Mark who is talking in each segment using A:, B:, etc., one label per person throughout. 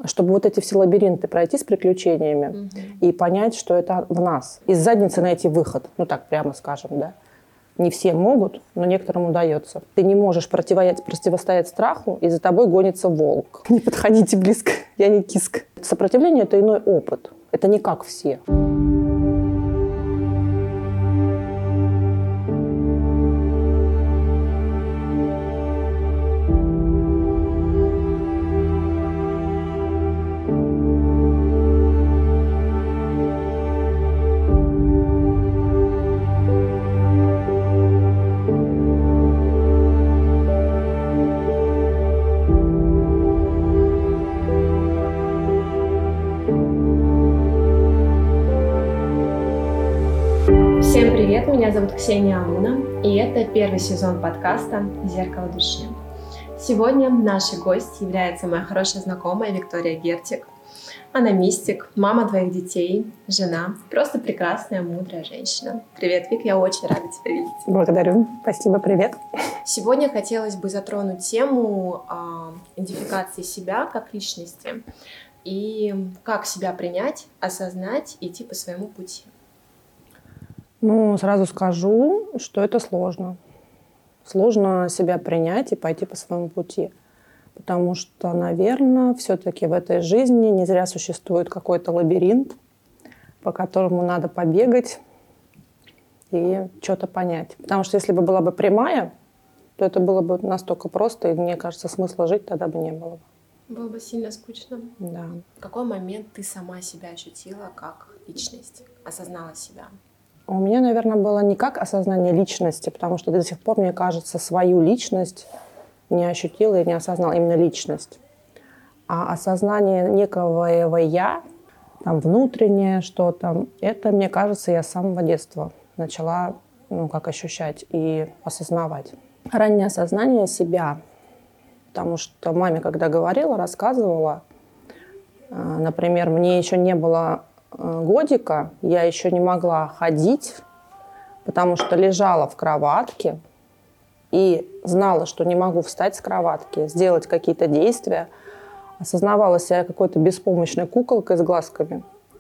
A: чтобы вот эти все лабиринты пройти с приключениями и понять, что это в нас. Из задницы найти выход, ну так прямо скажем, да. Не все могут, но некоторым удается. Ты не можешь противостоять страху, и за тобой гонится волк. Не подходите близко, я не киска. Сопротивление – это иной опыт. Это не как все.
B: Всем привет, меня зовут Ксения Алуна, и это первый сезон подкаста «Зеркало души». Сегодня нашей гостью является моя хорошая знакомая Виктория Гертик. Она мистик, мама двоих детей, жена, просто прекрасная, мудрая женщина. Привет, Вик, я очень рада тебя видеть.
A: Благодарю, спасибо, привет.
B: Сегодня хотелось бы затронуть тему идентификации себя как личности и как себя принять, осознать и идти по своему пути.
A: Ну, сразу скажу, что это сложно. Сложно себя принять и пойти по своему пути. Потому что, наверное, все-таки в этой жизни не зря существует какой-то лабиринт, по которому надо побегать и что-то понять. Потому что если бы была бы прямая, то это было бы настолько просто, и, мне кажется, смысла жить тогда бы не было.
B: Было бы сильно скучно.
A: Да.
B: В какой момент ты сама себя ощутила как личность, осознала себя?
A: У меня, наверное, было не как осознание личности, потому что до сих пор, мне кажется, свою личность не ощутила и не осознала, именно личность. А осознание некого «я», там, внутреннее что-то, это, мне кажется, я с самого детства начала как ощущать и осознавать. Раннее осознание себя, потому что маме, когда говорила, рассказывала, например, мне еще не было годика, я еще не могла ходить, потому что лежала в кроватке и знала, что не могу встать с кроватки, сделать какие-то действия. Осознавала себя какой-то беспомощной куколкой с глазками.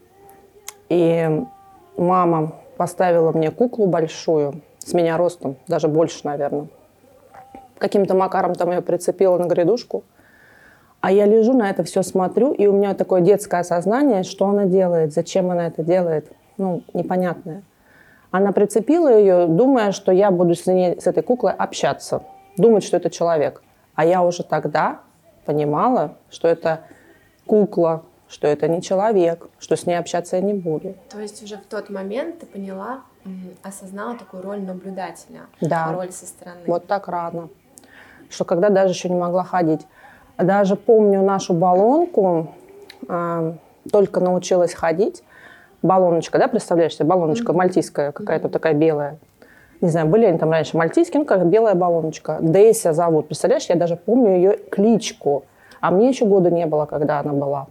A: И мама поставила мне куклу большую, с меня ростом, даже больше, наверное. Каким-то макаром там ее прицепила на грядушку. А я лежу, на это все смотрю, и у меня такое детское осознание, что она делает, зачем она это делает, непонятное. Она прицепила ее, думая, что я буду с этой куклой общаться, думать, что это человек. А я уже тогда понимала, что это кукла, что это не человек, что с ней общаться я не буду.
B: То есть уже в тот момент ты поняла, осознала такую роль наблюдателя,
A: да,
B: роль со стороны.
A: Вот так рано, что когда даже еще не могла ходить. Даже помню нашу баллонку, только научилась ходить. Баллоночка, да, представляешь себе? Баллоночка мальтийская какая-то такая белая. Не знаю, были они там раньше мальтийские, как белая баллоночка. Дэйся зовут, представляешь? Я даже помню ее кличку. А мне еще года не было, когда она была.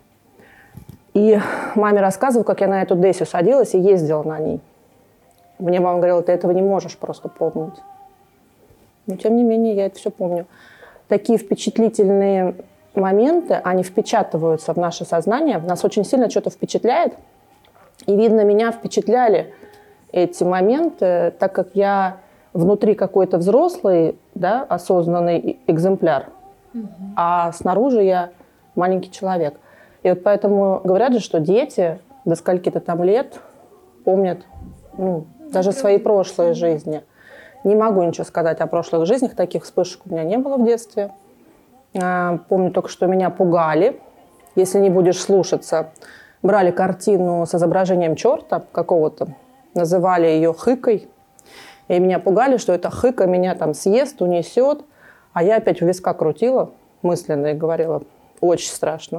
A: И маме рассказываю, как я на эту Дэйсю садилась и ездила на ней. Мне мама говорила, ты этого не можешь просто помнить. Но тем не менее, я это все помню. Такие впечатлительные моменты, они впечатываются в наше сознание. Нас очень сильно что-то впечатляет. И, видно, меня впечатляли эти моменты, так как я внутри какой-то взрослый, да, осознанный экземпляр, а снаружи я маленький человек. И вот поэтому говорят же, что дети до скольки-то там лет помнят даже свои прошлые жизни. Не могу ничего сказать о прошлых жизнях, таких вспышек у меня не было в детстве. Помню только, что меня пугали. Если не будешь слушаться, брали картину с изображением черта какого-то, называли ее хыкой. И меня пугали, что эта хыка меня там съест, унесет. А я опять в виска крутила мысленно и говорила, очень страшно.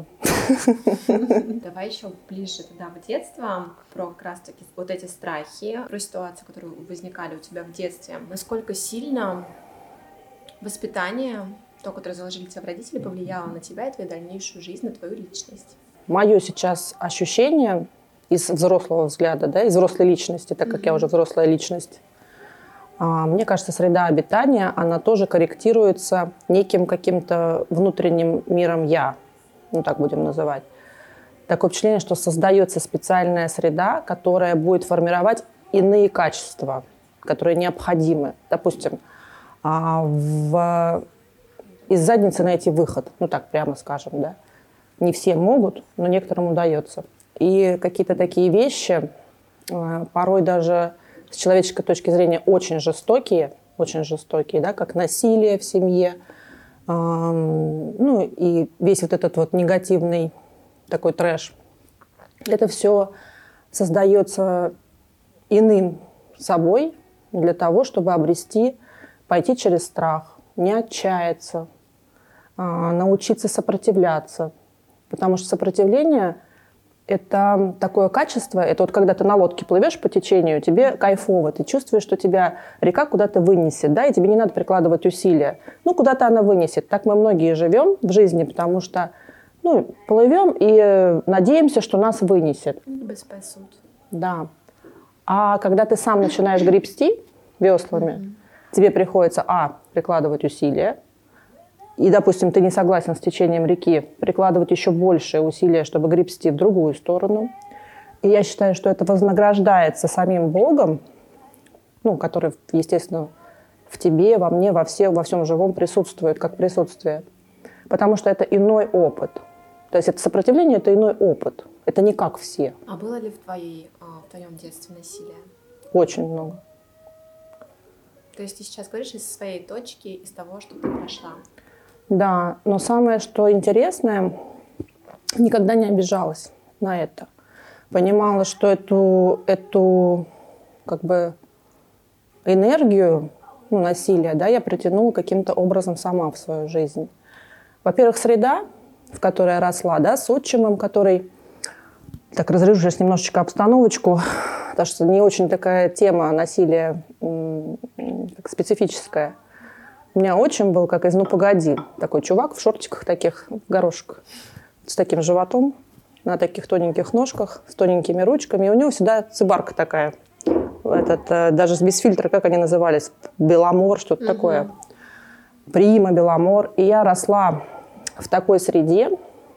B: Давай еще ближе туда в детство, про как раз-таки вот эти страхи, про ситуации, которые возникали у тебя в детстве. Насколько сильно воспитание, то, которое заложили тебе родители, повлияло на тебя и твою дальнейшую жизнь, на твою личность?
A: Мое сейчас ощущение из взрослого взгляда, да, из взрослой личности, так как я уже взрослая личность, мне кажется, среда обитания, она тоже корректируется неким каким-то внутренним миром «я». ну так будем называть, такое впечатление, что создается специальная среда, которая будет формировать иные качества, которые необходимы. Допустим, из задницы найти выход, ну так прямо скажем, да. Не все могут, но некоторым удается. И какие-то такие вещи, порой даже с человеческой точки зрения очень жестокие, да, как насилие в семье, ну и весь вот этот вот негативный такой трэш. Это все создается иным собой для того, чтобы пойти через страх, не отчаяться, научиться сопротивляться. Потому что сопротивление – это такое качество, это вот когда ты на лодке плывешь по течению, тебе кайфово, ты чувствуешь, что тебя река куда-то вынесет, да, и тебе не надо прикладывать усилия. Ну, куда-то она вынесет. Так мы многие живем в жизни, потому что, ну, плывем и надеемся, что нас вынесет.
B: Спасут.
A: Да. А когда ты сам начинаешь гребсти веслами, тебе приходится, прикладывать усилия, и, допустим, ты не согласен с течением реки, прикладывать еще большие усилия, чтобы гребсти в другую сторону. И я считаю, что это вознаграждается самим Богом, ну, который, естественно, в тебе, во мне, во всем живом присутствует, как присутствие. Потому что это иной опыт. То есть это сопротивление – это иной опыт. Это не как все.
B: А было ли в твоем детстве насилие?
A: Очень много.
B: То есть ты сейчас говоришь из своей точки, из того, что ты прошла?
A: Да, но самое, что интересное, никогда не обижалась на это. Понимала, что эту как бы энергию, ну, насилия, да, я притянула каким-то образом сама в свою жизнь. Во-первых, среда, в которой я росла, да, с отчимом, который... Так, разрежу сейчас немножечко обстановочку, потому что не очень такая тема насилия так, специфическая. У меня отчим был как из «Ну, погоди». Такой чувак в шортиках таких, в горошек, с таким животом, на таких тоненьких ножках, с тоненькими ручками. И у него всегда цибарка такая. Даже без фильтра, как они назывались? Беломор, что-то такое. Прима, Беломор. И я росла в такой среде,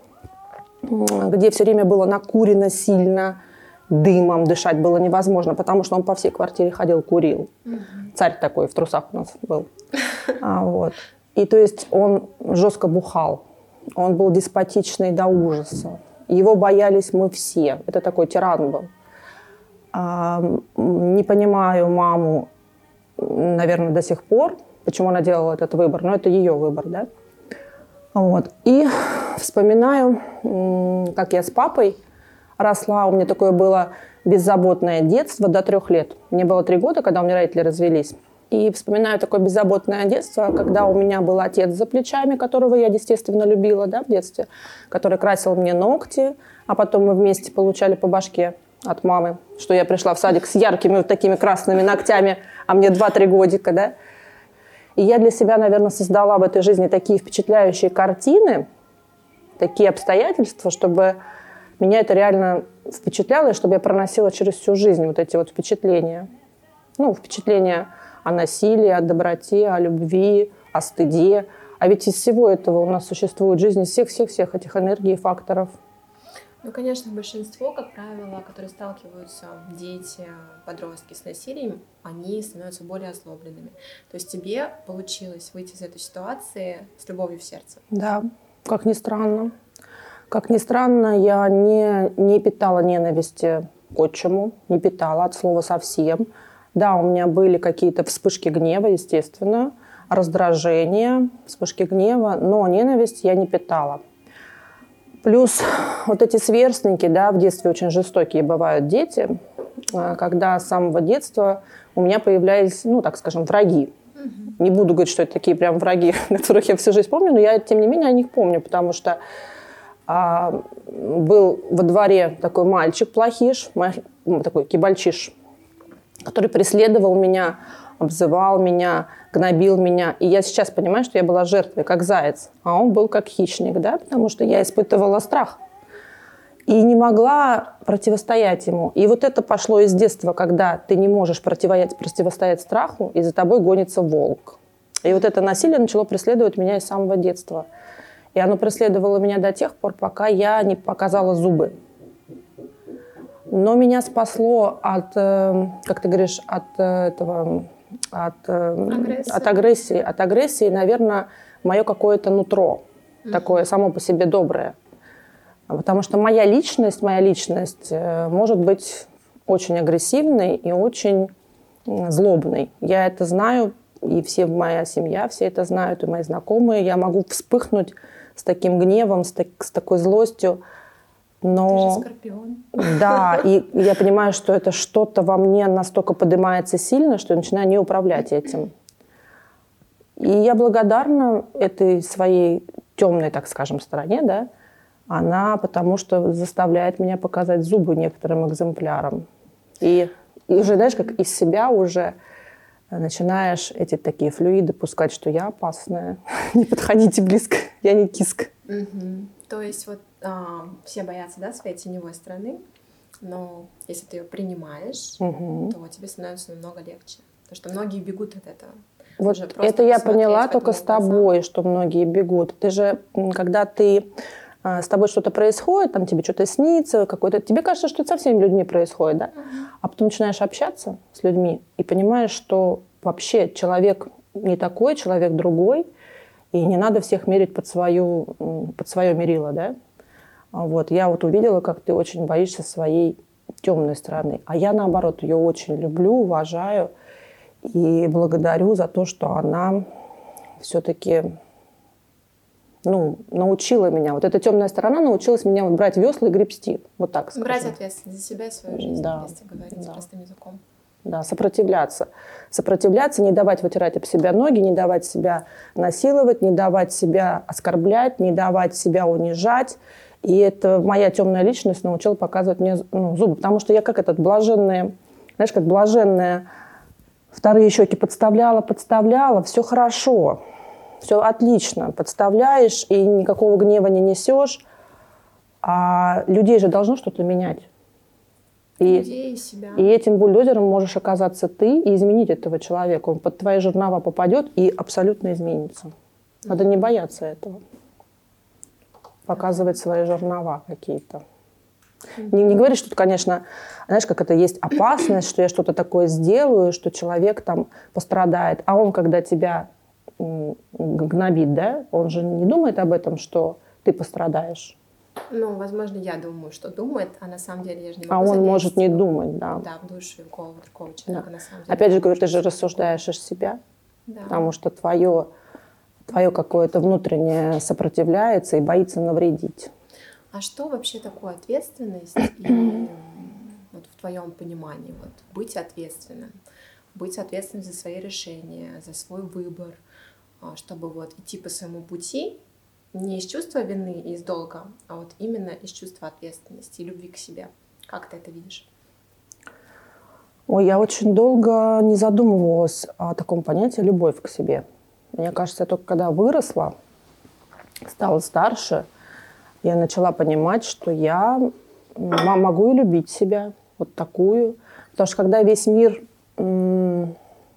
A: где все время было накурено сильно, дымом дышать было невозможно, потому что он по всей квартире ходил, курил. Царь такой в трусах у нас был. Вот. И то есть он жестко бухал. Он был деспотичный до ужаса. Его боялись мы все. Это такой тиран был. Не понимаю маму, наверное, до сих пор, почему она делала этот выбор. Но это ее выбор, да? Вот. И вспоминаю, как я с папой росла. У меня такое было беззаботное детство до 3 лет. Мне было 3 года, когда у меня родители развелись. И вспоминаю такое беззаботное детство, когда у меня был отец за плечами, которого я, естественно, любила, да, в детстве, который красил мне ногти, а потом мы вместе получали по башке от мамы, что я пришла в садик с яркими вот такими красными ногтями, а мне 2-3 годика, да. И я для себя, наверное, создала в этой жизни такие впечатляющие картины, такие обстоятельства, чтобы меня это реально впечатляло, и чтобы я проносила через всю жизнь вот эти вот впечатления. Ну, впечатления о насилии, о доброте, о любви, о стыде. А ведь из всего этого у нас существует жизнь, из всех этих энергий и факторов.
B: Ну, конечно, большинство, как правило, которые сталкиваются, дети, подростки с насилием, они становятся более озлобленными. То есть тебе получилось выйти из этой ситуации с любовью в сердце?
A: Да, как ни странно. Как ни странно, я не питала ненависти к отчиму, не питала от слова совсем. Да, у меня были какие-то вспышки гнева, естественно, раздражения, вспышки гнева, но ненависть я не питала. Плюс вот эти сверстники, да, в детстве очень жестокие бывают дети, когда с самого детства у меня появлялись, ну, так скажем, враги. Не буду говорить, что это такие прям враги, которых я всю жизнь помню, но я, тем не менее, о них помню, потому что был во дворе такой мальчик плохиш, такой кибальчиш, который преследовал меня, обзывал меня, гнобил меня. И я сейчас понимаю, что я была жертвой, как заяц, а он был как хищник, да, потому что я испытывала страх и не могла противостоять ему. И вот это пошло из детства, когда ты не можешь противостоять страху, и за тобой гонится волк. И вот это насилие начало преследовать меня из самого детства. И оно преследовало меня до тех пор, пока я не показала зубы. Но меня спасло от, как ты говоришь, от агрессии, наверное, мое какое-то нутро, такое само по себе доброе. Потому что моя личность может быть очень агрессивной и очень злобной. Я это знаю, и моя семья все это знают, и мои знакомые. Я могу вспыхнуть с таким гневом, с такой злостью. Но...
B: Ты же скорпион.
A: Да, и я понимаю, что это что-то во мне настолько поднимается сильно, что я начинаю не управлять этим. И я благодарна этой своей темной, так скажем, стороне, да, она потому что заставляет меня показать зубы некоторым экземплярам. И уже, знаешь, как из себя уже начинаешь эти такие флюиды пускать, что я опасная. Не подходите близко, я не киска.
B: То есть вот все боятся, да, своей теневой стороны, но если ты ее принимаешь, то тебе становится намного легче. Потому что многие бегут от этого.
A: Вот это я поняла только с тобой, что многие бегут. Ты же, когда с тобой что-то происходит, там тебе что-то снится, тебе кажется, что это со всеми людьми происходит, да? А потом начинаешь общаться с людьми и понимаешь, что вообще человек не такой, человек другой, и не надо всех мерить под свое мерило, да? Вот. Я вот увидела, как ты очень боишься своей темной стороны. А я, наоборот, ее очень люблю, уважаю и благодарю за то, что она все-таки научила меня. Вот эта темная сторона научилась меня брать весла и гребсти. Вот так скажем.
B: Брать ответственность за себя и свою жизнь, если говорить простым языком.
A: Да, сопротивляться. Сопротивляться, не давать вытирать об себя ноги, не давать себя насиловать, не давать себя оскорблять, не давать себя унижать. И это моя темная личность научила показывать мне зубы. Потому что я как блаженная, знаешь, как блаженная, вторые щеки подставляла, все хорошо, все отлично. Подставляешь и никакого гнева не несешь. А людей же должно что-то менять.
B: Людей, себя.
A: И этим бульдозером можешь оказаться ты и изменить этого человека. Он под твои жернова попадет и абсолютно изменится. Надо не бояться этого. Показывать свои жернова какие-то. Не говори, что, конечно, знаешь, как это есть опасность, что я что-то такое сделаю, что человек там пострадает. А он, когда тебя гнобит, да, он же не думает об этом, что ты пострадаешь.
B: Возможно, я думаю, что думает, а на самом деле я же не могу
A: залезть. А он может не думать, да.
B: Да, в душу и в голову другого человека,
A: да.
B: На самом деле.
A: Опять же говорю, ты же рассуждаешь из себя, потому что твое какое-то внутреннее сопротивляется и боится навредить.
B: А что вообще такое ответственность и вот в твоем понимании быть ответственным за свои решения, за свой выбор, чтобы идти по своему пути не из чувства вины и из долга, а именно из чувства ответственности и любви к себе. Как ты это видишь?
A: Я очень долго не задумывалась о таком понятии «любовь к себе». Мне кажется, я только когда выросла, стала старше, я начала понимать, что я могу и любить себя вот такую. Потому что когда весь мир, в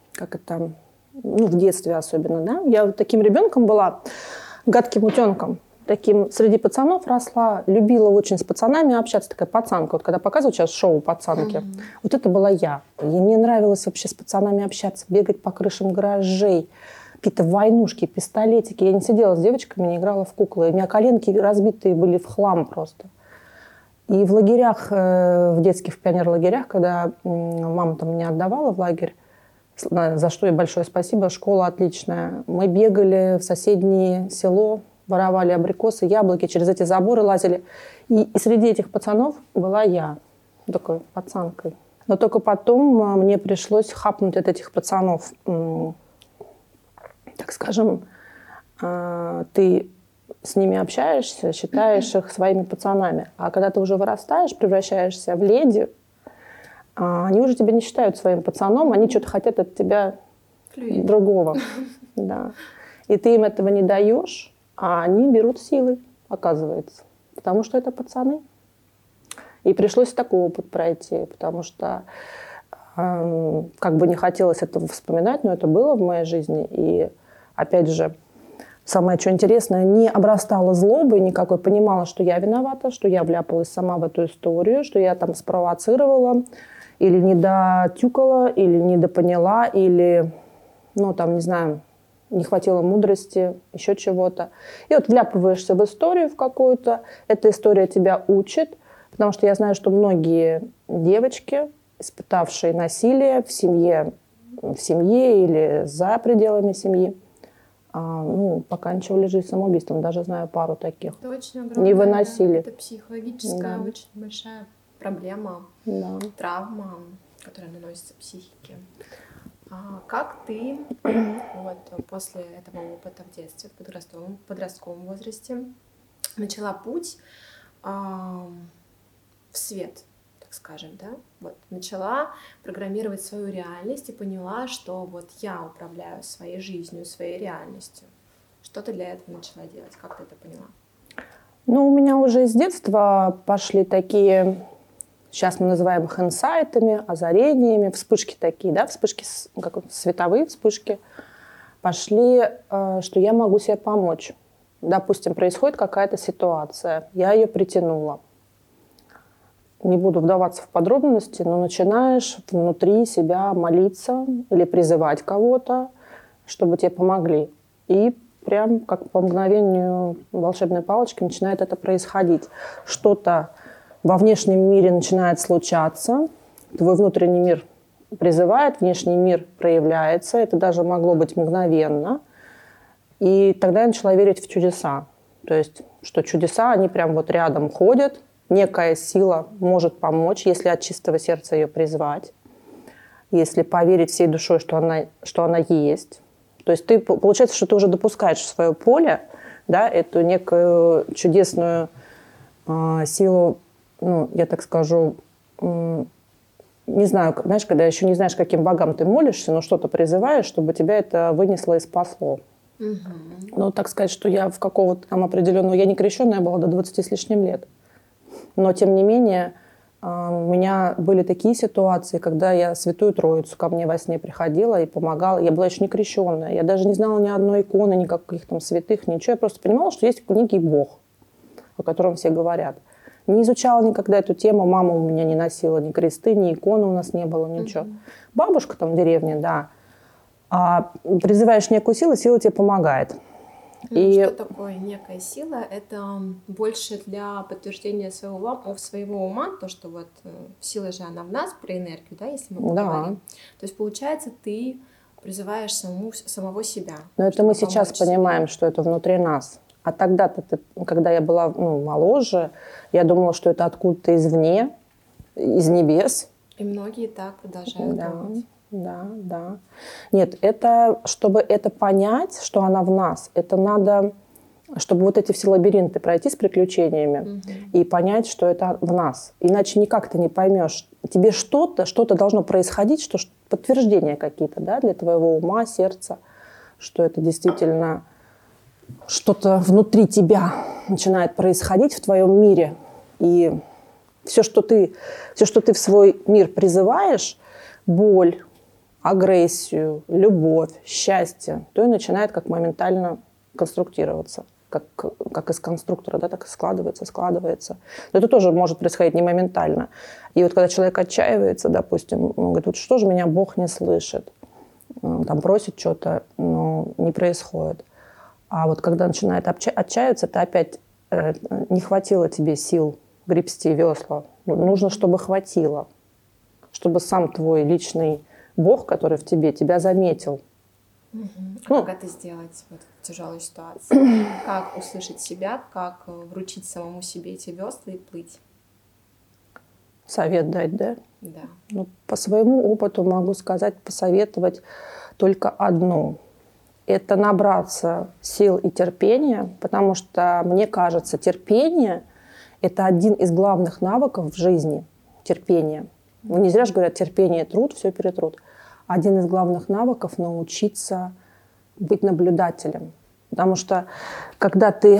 A: детстве особенно, да, я таким ребенком была, гадким утенком. Таким среди пацанов росла, любила очень с пацанами общаться, такая пацанка. Вот когда показывают сейчас шоу «Пацанки», вот это была я. И мне нравилось вообще с пацанами общаться, бегать по крышам гаражей, какие-то войнушки, пистолетики. Я не сидела с девочками, не играла в куклы. У меня коленки разбитые были в хлам просто. И в лагерях, в детских пионерлагерях, когда мама там меня отдавала в лагерь, за что ей большое спасибо, школа отличная. Мы бегали в соседнее село, воровали абрикосы, яблоки, через эти заборы лазили. И среди этих пацанов была я, такой пацанкой. Но только потом мне пришлось хапнуть от этих пацанов. Так скажем, ты с ними общаешься, считаешь их своими пацанами. А когда ты уже вырастаешь, превращаешься в леди, они уже тебя не считают своим пацаном, они что-то хотят от тебя другого. Да. И ты им этого не даешь, а они берут силой, оказывается. Потому что это пацаны. И пришлось такой опыт пройти, потому что как бы не хотелось этого вспоминать, но это было в моей жизни. И опять же, самое что интересное, не обрастала злобой никакой, понимала, что я виновата, что я вляпалась сама в эту историю, что я там спровоцировала, или недотюкала, или недопоняла, или, ну, там, не знаю, не хватило мудрости, еще чего-то. И вот вляпываешься в историю в какую-то, эта история тебя учит, потому что я знаю, что многие девочки, испытавшие насилие в семье или за пределами семьи, поканчивали жизнь самоубийством. Даже знаю пару таких.
B: Это очень огромная,
A: не выносили.
B: Это психологическая очень большая проблема, травма, которая наносится психике. Как ты вот после этого опыта в детстве, в подростковом возрасте, начала путь в свет, так скажем, да? Вот, начала программировать свою реальность и поняла, что вот я управляю своей жизнью, своей реальностью. Что ты для этого начала делать? Как ты это поняла?
A: Ну, у меня уже с детства пошли такие, сейчас мы называем их инсайтами, озарениями, вспышки такие, да, вспышки, как световые вспышки, пошли, что я могу себе помочь. Допустим, происходит какая-то ситуация, я ее притянула. Не буду вдаваться в подробности, но начинаешь внутри себя молиться или призывать кого-то, чтобы тебе помогли. И прям как по мгновению волшебной палочки начинает это происходить. Что-то во внешнем мире начинает случаться, твой внутренний мир призывает, внешний мир проявляется, это даже могло быть мгновенно. И тогда я начала верить в чудеса. То есть, что чудеса, они прям вот рядом ходят, некая сила может помочь, если от чистого сердца ее призвать, если поверить всей душой, что она есть. То есть получается, что ты уже допускаешь в свое поле, да, эту некую чудесную силу, я так скажу, не знаю, знаешь, когда еще не знаешь, каким богам ты молишься, но что-то призываешь, чтобы тебя это вынесло и спасло. Ну, так сказать, что я в какого-то там определенного... Я не крещенная была до 20 с лишним лет. Но, тем не менее, у меня были такие ситуации, когда я Святую Троицу ко мне во сне приходила и помогала. Я была еще не крещенная. Я даже не знала ни одной иконы, никаких там святых, ничего. Я просто понимала, что есть некий Бог, о котором все говорят. Не изучала никогда эту тему. Мама у меня не носила ни кресты, ни иконы у нас не было, ничего. Бабушка там в деревне, да. А призываешь некую силу, сила тебе помогает.
B: Что такое некая сила? Это больше для подтверждения своего ума, то, что вот сила же она в нас, про энергию, да, если мы поговорим. То есть, получается, ты призываешь самого себя.
A: Но это мы сейчас понимаем, что это внутри нас. А тогда-то, когда я была моложе, я думала, что это откуда-то извне, из небес.
B: И многие так продолжают думать.
A: Да. Нет, это, чтобы это понять, что она в нас, это надо, чтобы вот эти все лабиринты пройти с приключениями и понять, что это в нас. Иначе никак ты не поймешь. Тебе что-то должно происходить, что подтверждения какие-то, да, для твоего ума, сердца, что это действительно что-то внутри тебя начинает происходить в твоем мире. И все, что ты в свой мир призываешь, боль, агрессию, любовь, счастье, то и начинает как моментально конструктироваться. Как из конструктора, да, так и складывается. Но это тоже может происходить не моментально. И вот когда человек отчаивается, допустим, он говорит, вот что же меня Бог не слышит? Там просит что-то, но не происходит. А вот когда начинает отчаиваться, ты опять не хватило тебе сил гребсти весла. Нужно, чтобы хватило. Чтобы сам твой личный Бог, который в тебе, тебя заметил.
B: Как это сделать вот в тяжелой ситуации? Как услышать себя, как вручить самому себе эти весла и плыть?
A: Совет дать, да?
B: Да.
A: По своему опыту могу сказать, посоветовать только одно. Это набраться сил и терпения, потому что, мне кажется, терпение – это один из главных навыков в жизни. Терпение. Не зря же говорят, терпение – труд, все перетрут. Один из главных навыков – научиться быть наблюдателем. Потому что, когда ты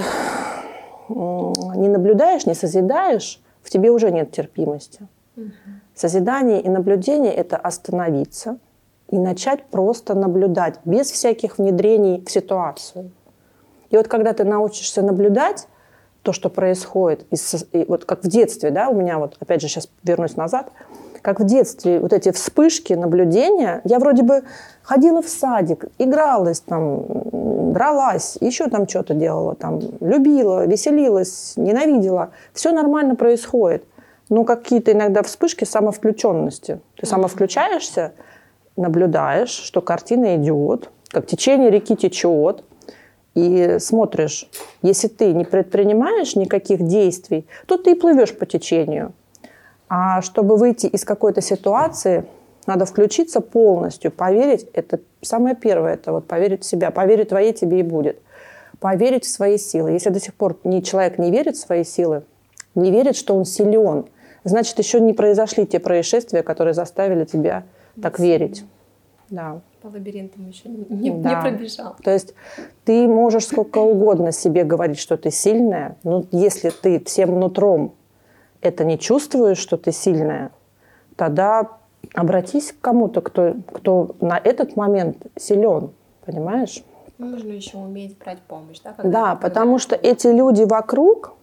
A: не наблюдаешь, не созидаешь, в тебе уже нет терпимости. Созидание и наблюдение – это остановиться и начать просто наблюдать, без всяких внедрений в ситуацию. И вот когда ты научишься наблюдать то, что происходит, и вот как в детстве, да, у меня вот, опять же, сейчас вернусь назад, как в детстве вот эти вспышки наблюдения, я вроде бы ходила в садик, игралась там, дралась, еще там что-то делала, там, любила, веселилась, ненавидела. Все нормально происходит. Но какие-то иногда вспышки самовключенности. Ты самовключаешься, наблюдаешь, что картина идет, как течение реки течет, и смотришь, если ты не предпринимаешь никаких действий, то ты и плывешь по течению. А чтобы выйти из какой-то ситуации, надо включиться полностью, поверить. Это самое первое, это вот поверить в себя. Поверить твоей тебе и будет. Поверить в свои силы. Если до сих пор человек не верит в свои силы, не верит, что он силен, значит, еще не произошли те происшествия, которые заставили тебя так верить. Да.
B: По лабиринтам еще не пробежал.
A: То есть ты можешь сколько угодно себе говорить, что ты сильная, но если ты всем нутром это не чувствуешь, что ты сильная, тогда обратись к кому-то, кто на этот момент силен, понимаешь?
B: Нужно еще уметь брать помощь, да?
A: Да, потому что эти люди вокруг,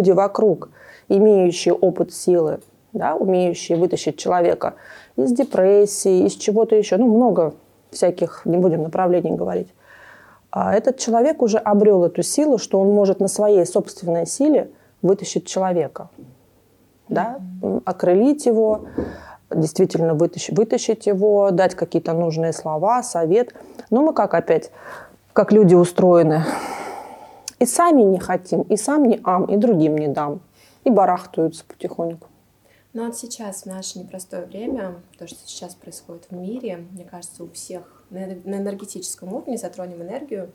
A: имеющие опыт силы, да, умеющие вытащить человека из депрессии, из чего-то еще, много всяких, не будем направлений говорить. А этот человек уже обрел эту силу, что он может на своей собственной силе вытащить человека. Да? Окрылить его, действительно вытащить его, дать какие-то нужные слова, совет. Но мы как люди устроены. И сами не хотим, и сам не ам, и другим не дам. И барахтаются потихоньку.
B: Но вот сейчас, в наше непростое время, то, что сейчас происходит в мире, мне кажется, у всех на энергетическом уровне, затронем энергию,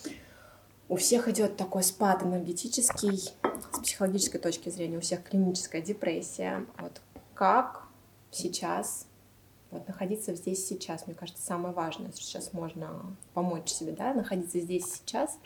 B: у всех идет такой спад энергетический, с психологической точки зрения, у всех клиническая депрессия. Вот как сейчас находиться здесь сейчас? Мне кажется, самое важное, что сейчас можно помочь себе, да, находиться здесь сейчас.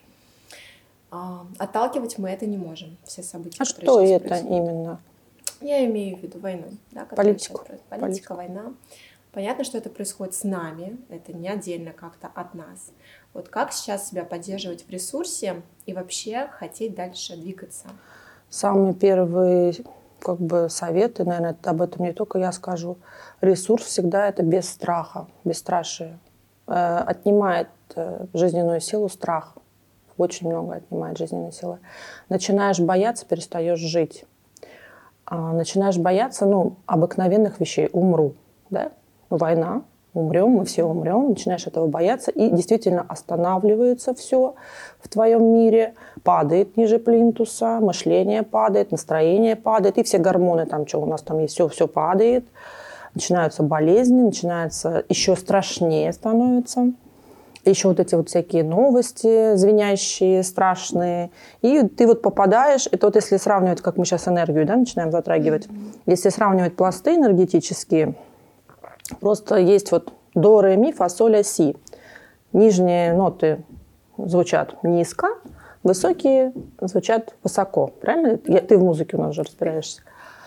B: Отталкивать мы это не можем, все события.
A: А что это происходят именно?
B: Я имею в виду войну, да,
A: политику.
B: Политика, война. Понятно, что это происходит с нами, это не отдельно как-то от нас. Вот как сейчас себя поддерживать в ресурсе и вообще хотеть дальше двигаться?
A: Самый первый совет, и, наверное, об этом не только я скажу. Ресурс всегда это без страха, бесстрашие. Отнимает жизненную силу страх. Очень много отнимает жизненной силы. Начинаешь бояться, перестаешь жить. Начинаешь бояться, обыкновенных вещей. Умру, да? Война, умрем, мы все умрем. Начинаешь этого бояться, и действительно останавливается все в твоем мире, падает ниже плинтуса, мышление падает, настроение падает, и все гормоны, что у нас там есть, все падает. Начинаются болезни, начинается еще страшнее становится. Еще вот эти всякие новости звенящие, страшные. И ты попадаешь, это если сравнивать, как мы сейчас энергию, да, начинаем затрагивать. Если сравнивать пласты энергетические, просто есть до, ре, ми, фа, соль, ля, си. Нижние ноты звучат низко, высокие звучат высоко. Правильно? Ты в музыке у нас уже разбираешься.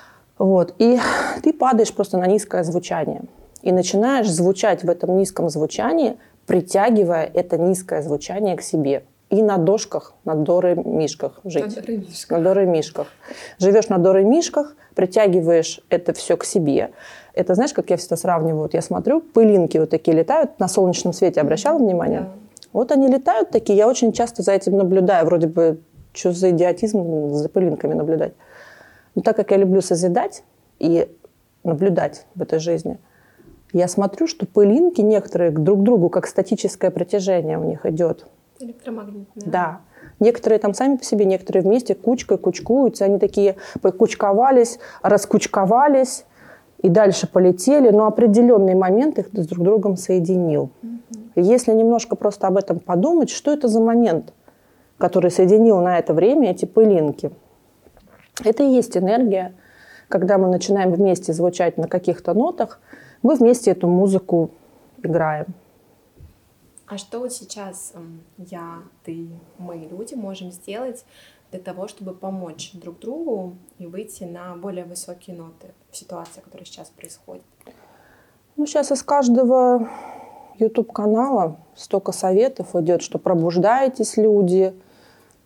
A: И ты падаешь просто на низкое звучание. И начинаешь звучать в этом низком звучании, притягивая это низкое звучание к себе. И на дошках, на до-ре-мишках жить. На до-ре-мишках. Живешь на до-ре-мишках, притягиваешь это все к себе. Это, знаешь, как я всегда сравниваю? Я смотрю, пылинки такие летают на солнечном свете. Обращала внимание? Да. Они летают такие, я очень часто за этим наблюдаю. Вроде бы, что за идиотизм за пылинками наблюдать. Но так как я люблю созидать и наблюдать в этой жизни, я смотрю, что пылинки некоторые друг к другу, как статическое притяжение у них идет.
B: Электромагнитное.
A: Да. Некоторые там сами по себе, некоторые вместе кучкой кучкуются. Они такие покучковались, раскучковались и дальше полетели. Но определенный момент их с друг другом соединил. Если немножко просто об этом подумать, что это за момент, который соединил на это время эти пылинки? Это и есть энергия. Когда мы начинаем вместе звучать на каких-то нотах, мы вместе эту музыку играем.
B: А что сейчас я, ты, мы, люди можем сделать для того, чтобы помочь друг другу и выйти на более высокие ноты в ситуации, которая сейчас происходит?
A: Сейчас из каждого YouTube-канала столько советов идет, что пробуждаетесь, люди,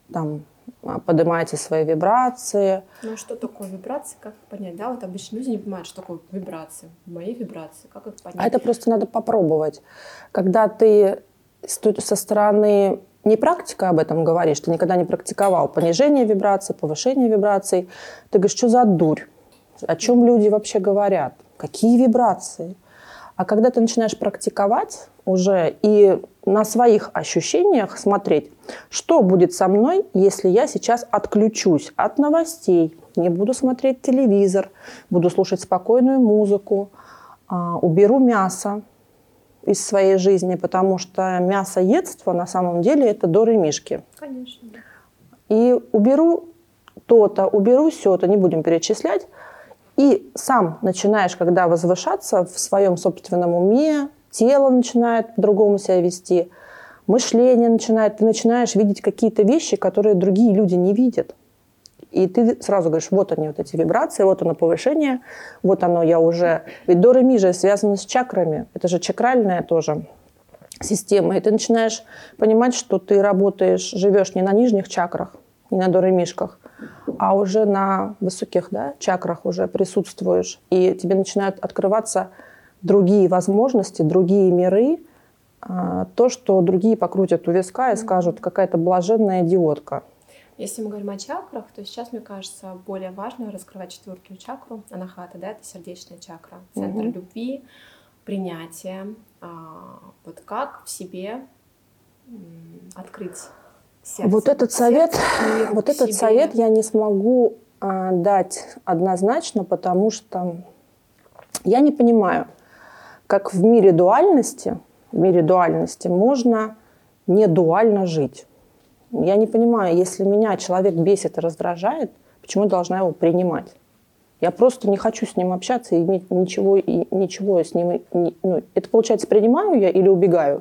A: там поднимаете свои вибрации.
B: Ну, что такое вибрации, как их понять? Да, вот обычно люди не понимают, что такое вибрации. Мои вибрации, как их понять?
A: А это просто надо попробовать. Когда ты со стороны не практика об этом говоришь, ты никогда не практиковал понижение вибраций, повышение вибраций, ты говоришь, что за дурь? О чем люди вообще говорят? Какие вибрации? А когда ты начинаешь практиковать уже и на своих ощущениях смотреть, что будет со мной, если я сейчас отключусь от новостей, не буду смотреть телевизор, буду слушать спокойную музыку, уберу мясо из своей жизни, потому что мясоедство на самом деле это до ремишки.
B: Конечно.
A: И уберу то-то, уберу сё-то, не будем перечислять. И сам начинаешь, когда возвышаться в своем собственном уме, тело начинает по-другому себя вести, мышление начинает, ты начинаешь видеть какие-то вещи, которые другие люди не видят. И ты сразу говоришь, вот они, вот эти вибрации, вот оно повышение, вот оно я уже... Ведь до ре ми же связано с чакрами, это же чакральная тоже система. И ты начинаешь понимать, что ты работаешь, живешь не на нижних чакрах, не на до ре мишках, а уже на высоких, да, чакрах уже присутствуешь. И тебе начинают открываться другие возможности, другие миры, то, что другие покрутят у виска и скажут, какая-то блаженная идиотка.
B: Если мы говорим о чакрах, то сейчас, мне кажется, более важно раскрывать 4-ю чакру, анахата, да, это сердечная чакра, центр любви, принятия. Вот как в себе открыть сердце?
A: Вот этот совет я не смогу дать однозначно, потому что я не понимаю, как в мире дуальности можно не дуально жить. Я не понимаю, если меня человек бесит и раздражает, почему я должна его принимать? Я просто не хочу с ним общаться и иметь ничего с ним. Это получается, принимаю я или убегаю?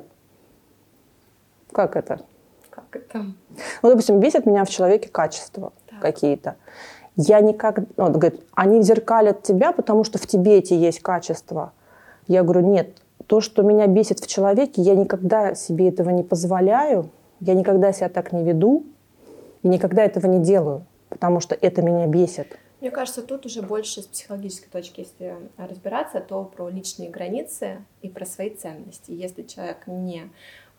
A: Как это?
B: Как это?
A: Ну, допустим, бесит меня в человеке качества какие-то. Я никак... Он говорит, они зеркалят тебя, потому что в тебе эти есть качества. Я говорю, нет, то, что меня бесит в человеке, я никогда себе этого не позволяю, я никогда себя так не веду и никогда этого не делаю, потому что это меня бесит.
B: Мне кажется, тут уже больше с психологической точки, если разбираться, то про личные границы и про свои ценности. Если человек не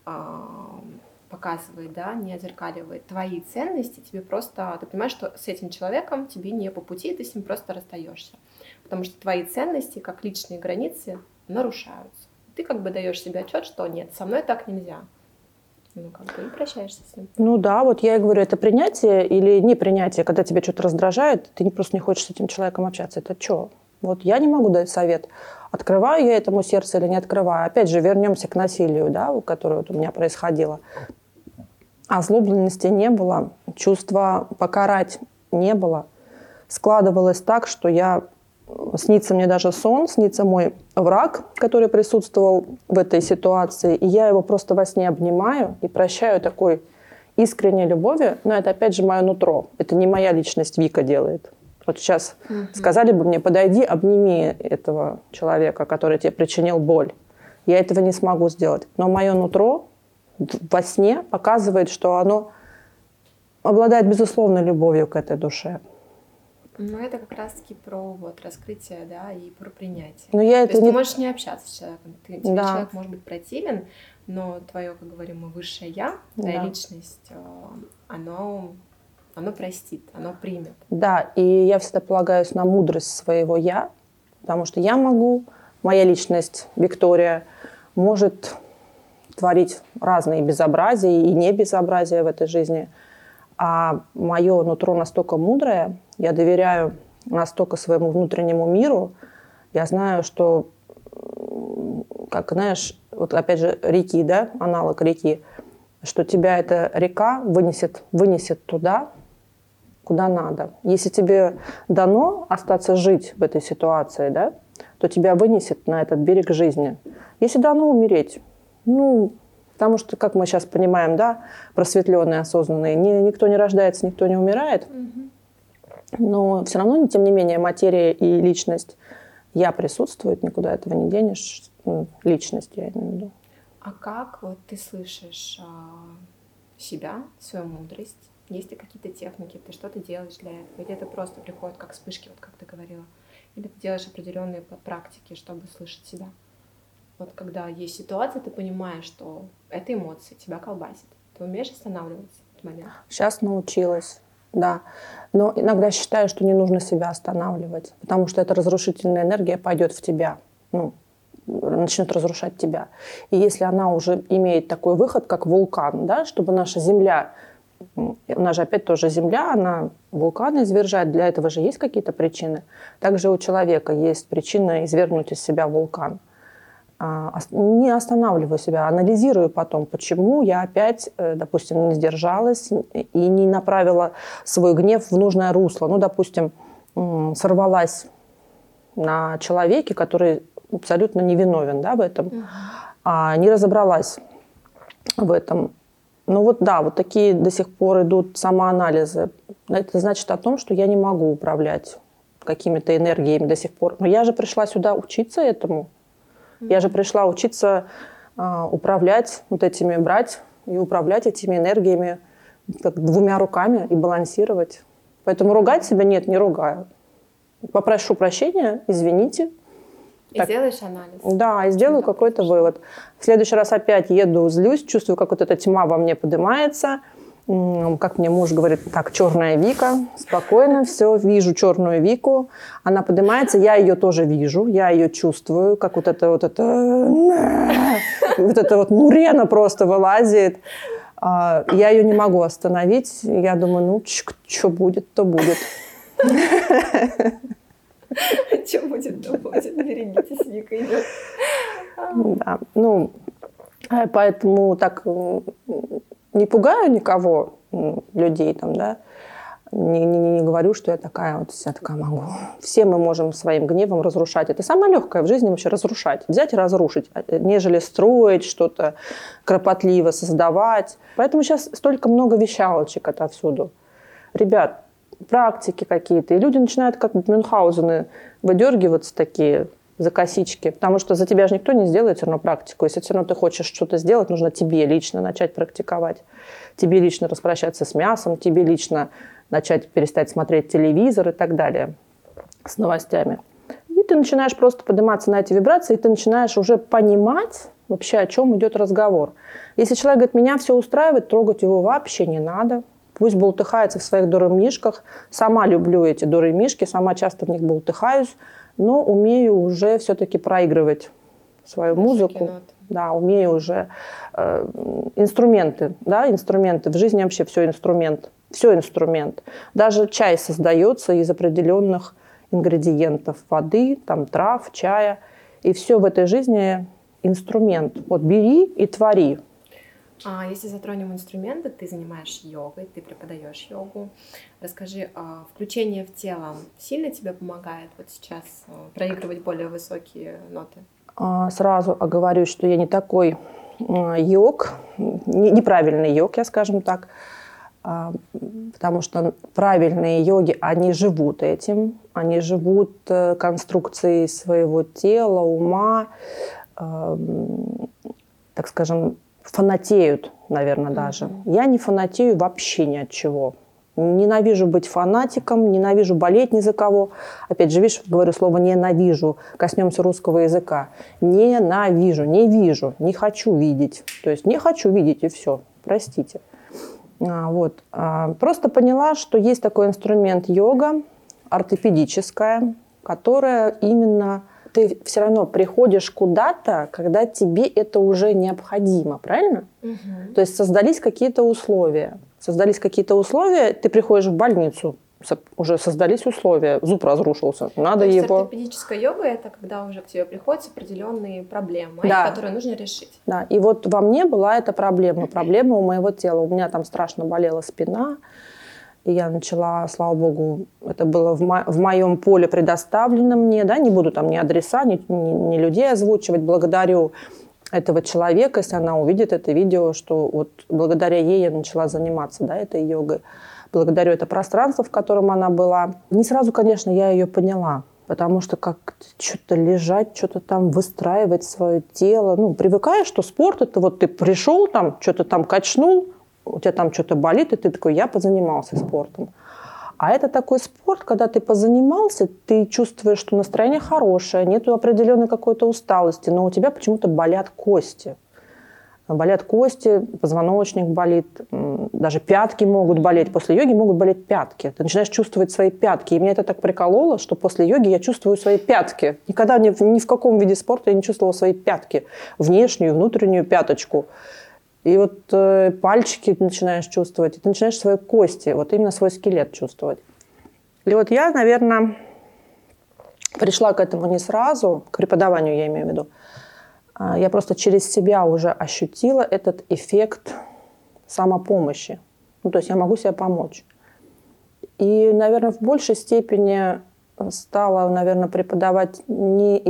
B: показывает, да, не озеркаливает твои ценности, тебе просто, ты понимаешь, что с этим человеком тебе не по пути, ты с ним просто расстаешься. Потому что твои ценности, как личные границы, нарушаются. Ты как бы даешь себе отчет, что нет, со мной так нельзя. Ну, как бы и прощаешься с ним.
A: Ну да, вот я и говорю, это принятие или непринятие, когда тебя что-то раздражает, ты просто не хочешь с этим человеком общаться. Это что? Вот я не могу дать совет. Открываю я этому сердце или не открываю. Опять же, вернемся к насилию, да, которое вот у меня происходило. Озлобленности не было, чувства покарать не было. Складывалось так, что снится мне даже сон, снится мой враг, который присутствовал в этой ситуации, и я его просто во сне обнимаю и прощаю такой искренней любовью, но это опять же мое нутро, это не моя личность Вика делает. Вот сейчас сказали бы мне, подойди, обними этого человека, который тебе причинил боль. Я этого не смогу сделать, но мое нутро во сне показывает, что оно обладает безусловной любовью к этой душе.
B: Ну, это как раз-таки про вот раскрытие, да, и про принятие.
A: Но я
B: То есть ты можешь не общаться с человеком. Тебе человек может быть противен, но твое, как говорим мы, высшее я, твоя личность, оно простит, оно примет. Да,
A: и я всегда полагаюсь на мудрость своего я, потому что я могу, моя личность, Виктория, может творить разные безобразия и не безобразия в этой жизни. А мое нутро настолько мудрое, я доверяю настолько своему внутреннему миру, я знаю, что, как знаешь, вот опять же реки, да, аналог реки, что тебя эта река вынесет туда, куда надо. Если тебе дано остаться жить в этой ситуации, да, то тебя вынесет на этот берег жизни. Если дано умереть, потому что, как мы сейчас понимаем, да, просветленные, осознанные, никто не рождается, никто не умирает, но все равно, тем не менее, материя и личность я присутствует, никуда этого не денешь, личность я имею в виду.
B: А как вот ты слышишь себя, свою мудрость, Есть ли какие-то техники? Ты что-то делаешь для этого? Или это просто приходит как вспышки, вот как ты говорила? Или ты делаешь определенные практики, чтобы слышать себя? Вот когда есть ситуация, ты понимаешь, что это эмоции, тебя колбасит. Ты умеешь останавливаться в этот момент?
A: Сейчас научилась, да. Но иногда считаю, что не нужно себя останавливать, потому что эта разрушительная энергия пойдет в тебя, начнет разрушать тебя. И если она уже имеет такой выход, как вулкан, да, чтобы наша Земля, у нас же опять тоже Земля, она вулканы извержает, для этого же есть какие-то причины. Также у человека есть причина извергнуть из себя вулкан. Не останавливаю себя, анализирую потом, почему я опять, допустим, не сдержалась и не направила свой гнев в нужное русло. Допустим, сорвалась на человеке, который абсолютно невиновен, да, в этом, не разобралась в этом. Вот такие до сих пор идут самоанализы. Это значит о том, что я не могу управлять какими-то энергиями до сих пор. Но я же пришла сюда учиться этому. Я же пришла учиться управлять брать и управлять этими энергиями как двумя руками и балансировать. Поэтому ругать себя нет, не ругаю. Попрошу прощения, извините.
B: И сделаешь анализ.
A: Да, и сделаю какой-то вывод. В следующий раз опять еду, злюсь, чувствую, как вот эта тьма во мне поднимается. Как мне муж говорит, так, черная Вика, спокойно, все, вижу черную Вику, она поднимается, я ее тоже вижу, я ее чувствую, как вот это мурена просто вылазит. Я ее не могу остановить, я думаю, что будет, то будет.
B: Что будет, то будет, берегитесь, Вика идет.
A: Да, поэтому так... Не пугаю никого, людей там, да, не говорю, что я такая вся такая могу. Все мы можем своим гневом разрушать. Это самое легкое в жизни вообще разрушать. Взять и разрушить, нежели строить что-то кропотливо, создавать. Поэтому сейчас столько много вещалочек отовсюду. Ребят, практики какие-то. И люди начинают как Мюнхгаузены выдергиваться такие за косички, потому что за тебя же никто не сделает все равно практику. Если все равно ты хочешь что-то сделать, нужно тебе лично начать практиковать. Тебе лично распрощаться с мясом, тебе лично начать перестать смотреть телевизор и так далее с новостями. И ты начинаешь просто подниматься на эти вибрации, и ты начинаешь уже понимать вообще, о чем идет разговор. Если человек говорит, меня все устраивает, трогать его вообще не надо. Пусть болтыхается в своих дуремишках. Сама люблю эти дуремишки, сама часто в них болтыхаюсь, но умею уже все-таки проигрывать свою музыку. Да, умею уже инструменты. В жизни вообще все инструмент. Все инструмент. Даже чай создается из определенных ингредиентов. Воды, трав, чая. И все в этой жизни инструмент. Вот бери и твори.
B: Если затронем инструменты, ты занимаешься йогой, ты преподаешь йогу. Расскажи, включение в тело сильно тебе помогает вот сейчас проигрывать более высокие ноты?
A: Сразу оговорюсь, что я не такой йог, неправильный йог, я скажем так, потому что правильные йоги, они живут этим, они живут конструкцией своего тела, ума, так скажем, фанатеют, наверное, даже. Я не фанатею вообще ни от чего. Ненавижу быть фанатиком, ненавижу болеть ни за кого. Опять же, видишь, говорю слово «ненавижу», коснемся русского языка. Ненавижу, не вижу, не хочу видеть. То есть не хочу видеть, и все, простите. Просто поняла, что есть такой инструмент йога, ортопедическая, которая именно... Ты все равно приходишь куда-то, когда тебе это уже необходимо, правильно?
B: Угу.
A: То есть создались какие-то условия. Ты приходишь в больницу, уже создались условия, зуб разрушился, надо
B: То есть
A: его...
B: ортопедическая йога – это когда уже к тебе приходят определенные проблемы,
A: да.
B: которые нужно решить.
A: Да, и вот во мне была эта проблема у моего тела. У меня там страшно болела спина, и я начала, слава богу, это было в моем поле предоставлено мне, да, не буду там ни адреса, ни людей озвучивать, благодарю этого человека, если она увидит это видео, что вот благодаря ей я начала заниматься, да, этой йогой. Благодарю это пространство, в котором она была. Не сразу, конечно, я ее поняла, потому что как что-то лежать, что-то там выстраивать свое тело. Привыкаешь, что спорт – это вот ты пришел, там что-то там качнул, у тебя там что-то болит, и ты такой, я позанимался спортом. А это такой спорт, когда ты позанимался, ты чувствуешь, что настроение хорошее, нету определенной какой-то усталости, но у тебя почему-то болят кости. Болят кости, позвоночник болит, даже пятки могут болеть. После йоги могут болеть пятки. Ты начинаешь чувствовать свои пятки. И меня это так прикололо, что после йоги я чувствую свои пятки. Никогда ни в каком виде спорта я не чувствовала свои пятки. Внешнюю, внутреннюю пяточку. И вот пальчики ты начинаешь чувствовать. И ты начинаешь свои кости, вот именно свой скелет чувствовать. И вот я, наверное, пришла к этому не сразу, к преподаванию я имею в виду. Я просто через себя уже ощутила этот эффект самопомощи. Ну, то есть я могу себе помочь. И, наверное, в большей степени стала, наверное, преподавать не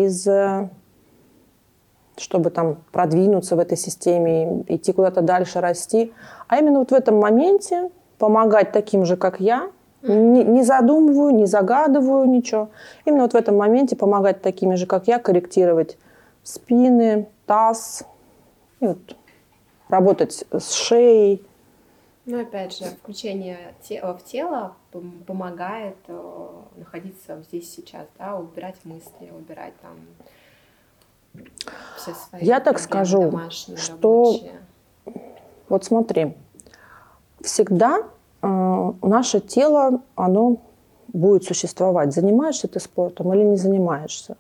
A: чтобы там продвинуться в этой системе, идти куда-то дальше, расти, а именно вот в этом моменте помогать таким же, как я, не задумываю, не загадываю ничего. Именно вот в этом моменте помогать такими же, как я, корректировать спины, таз, и вот работать с шеей.
B: Ну, опять же, включение в тело помогает находиться здесь сейчас, да, убирать мысли, убирать там все свои
A: Я так скажу,
B: домашние,
A: что
B: рабочие.
A: Вот смотри, всегда наше тело, оно будет существовать. Занимаешься ты спортом или не занимаешься.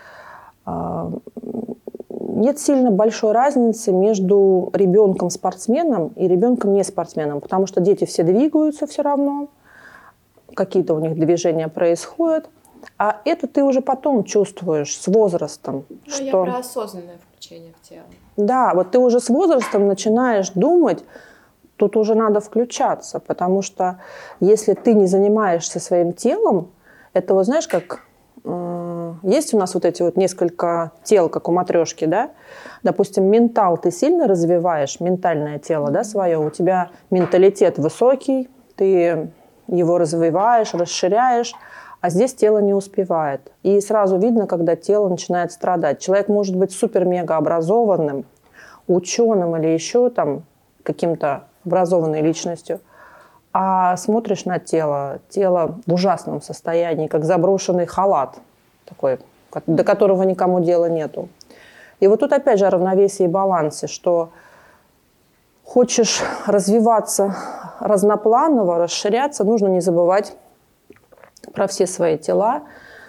A: Нет сильно большой разницы между ребенком-спортсменом и ребенком не спортсменом, потому что дети все двигаются все равно, какие-то у них движения происходят, а это ты уже потом чувствуешь с возрастом.
B: Ну,
A: что...
B: я про осознанное включение в тело.
A: Да, вот ты уже с возрастом начинаешь думать, тут уже надо включаться, потому что если ты не занимаешься своим телом, это вот знаешь, как... Есть у нас вот эти вот несколько тел, как у матрешки, да? Допустим, ментал ты сильно развиваешь, ментальное тело, да, свое. У тебя менталитет высокий, ты его развиваешь, расширяешь, а здесь тело не успевает. И сразу видно, когда тело начинает страдать. Человек может быть супер-мега образованным, ученым или еще там каким-то образованной личностью, а смотришь на тело в ужасном состоянии, как заброшенный халат, такой, до которого никому дела нету. И вот тут опять же о равновесии и балансе, что хочешь развиваться разнопланово, расширяться, нужно не забывать про все свои тела.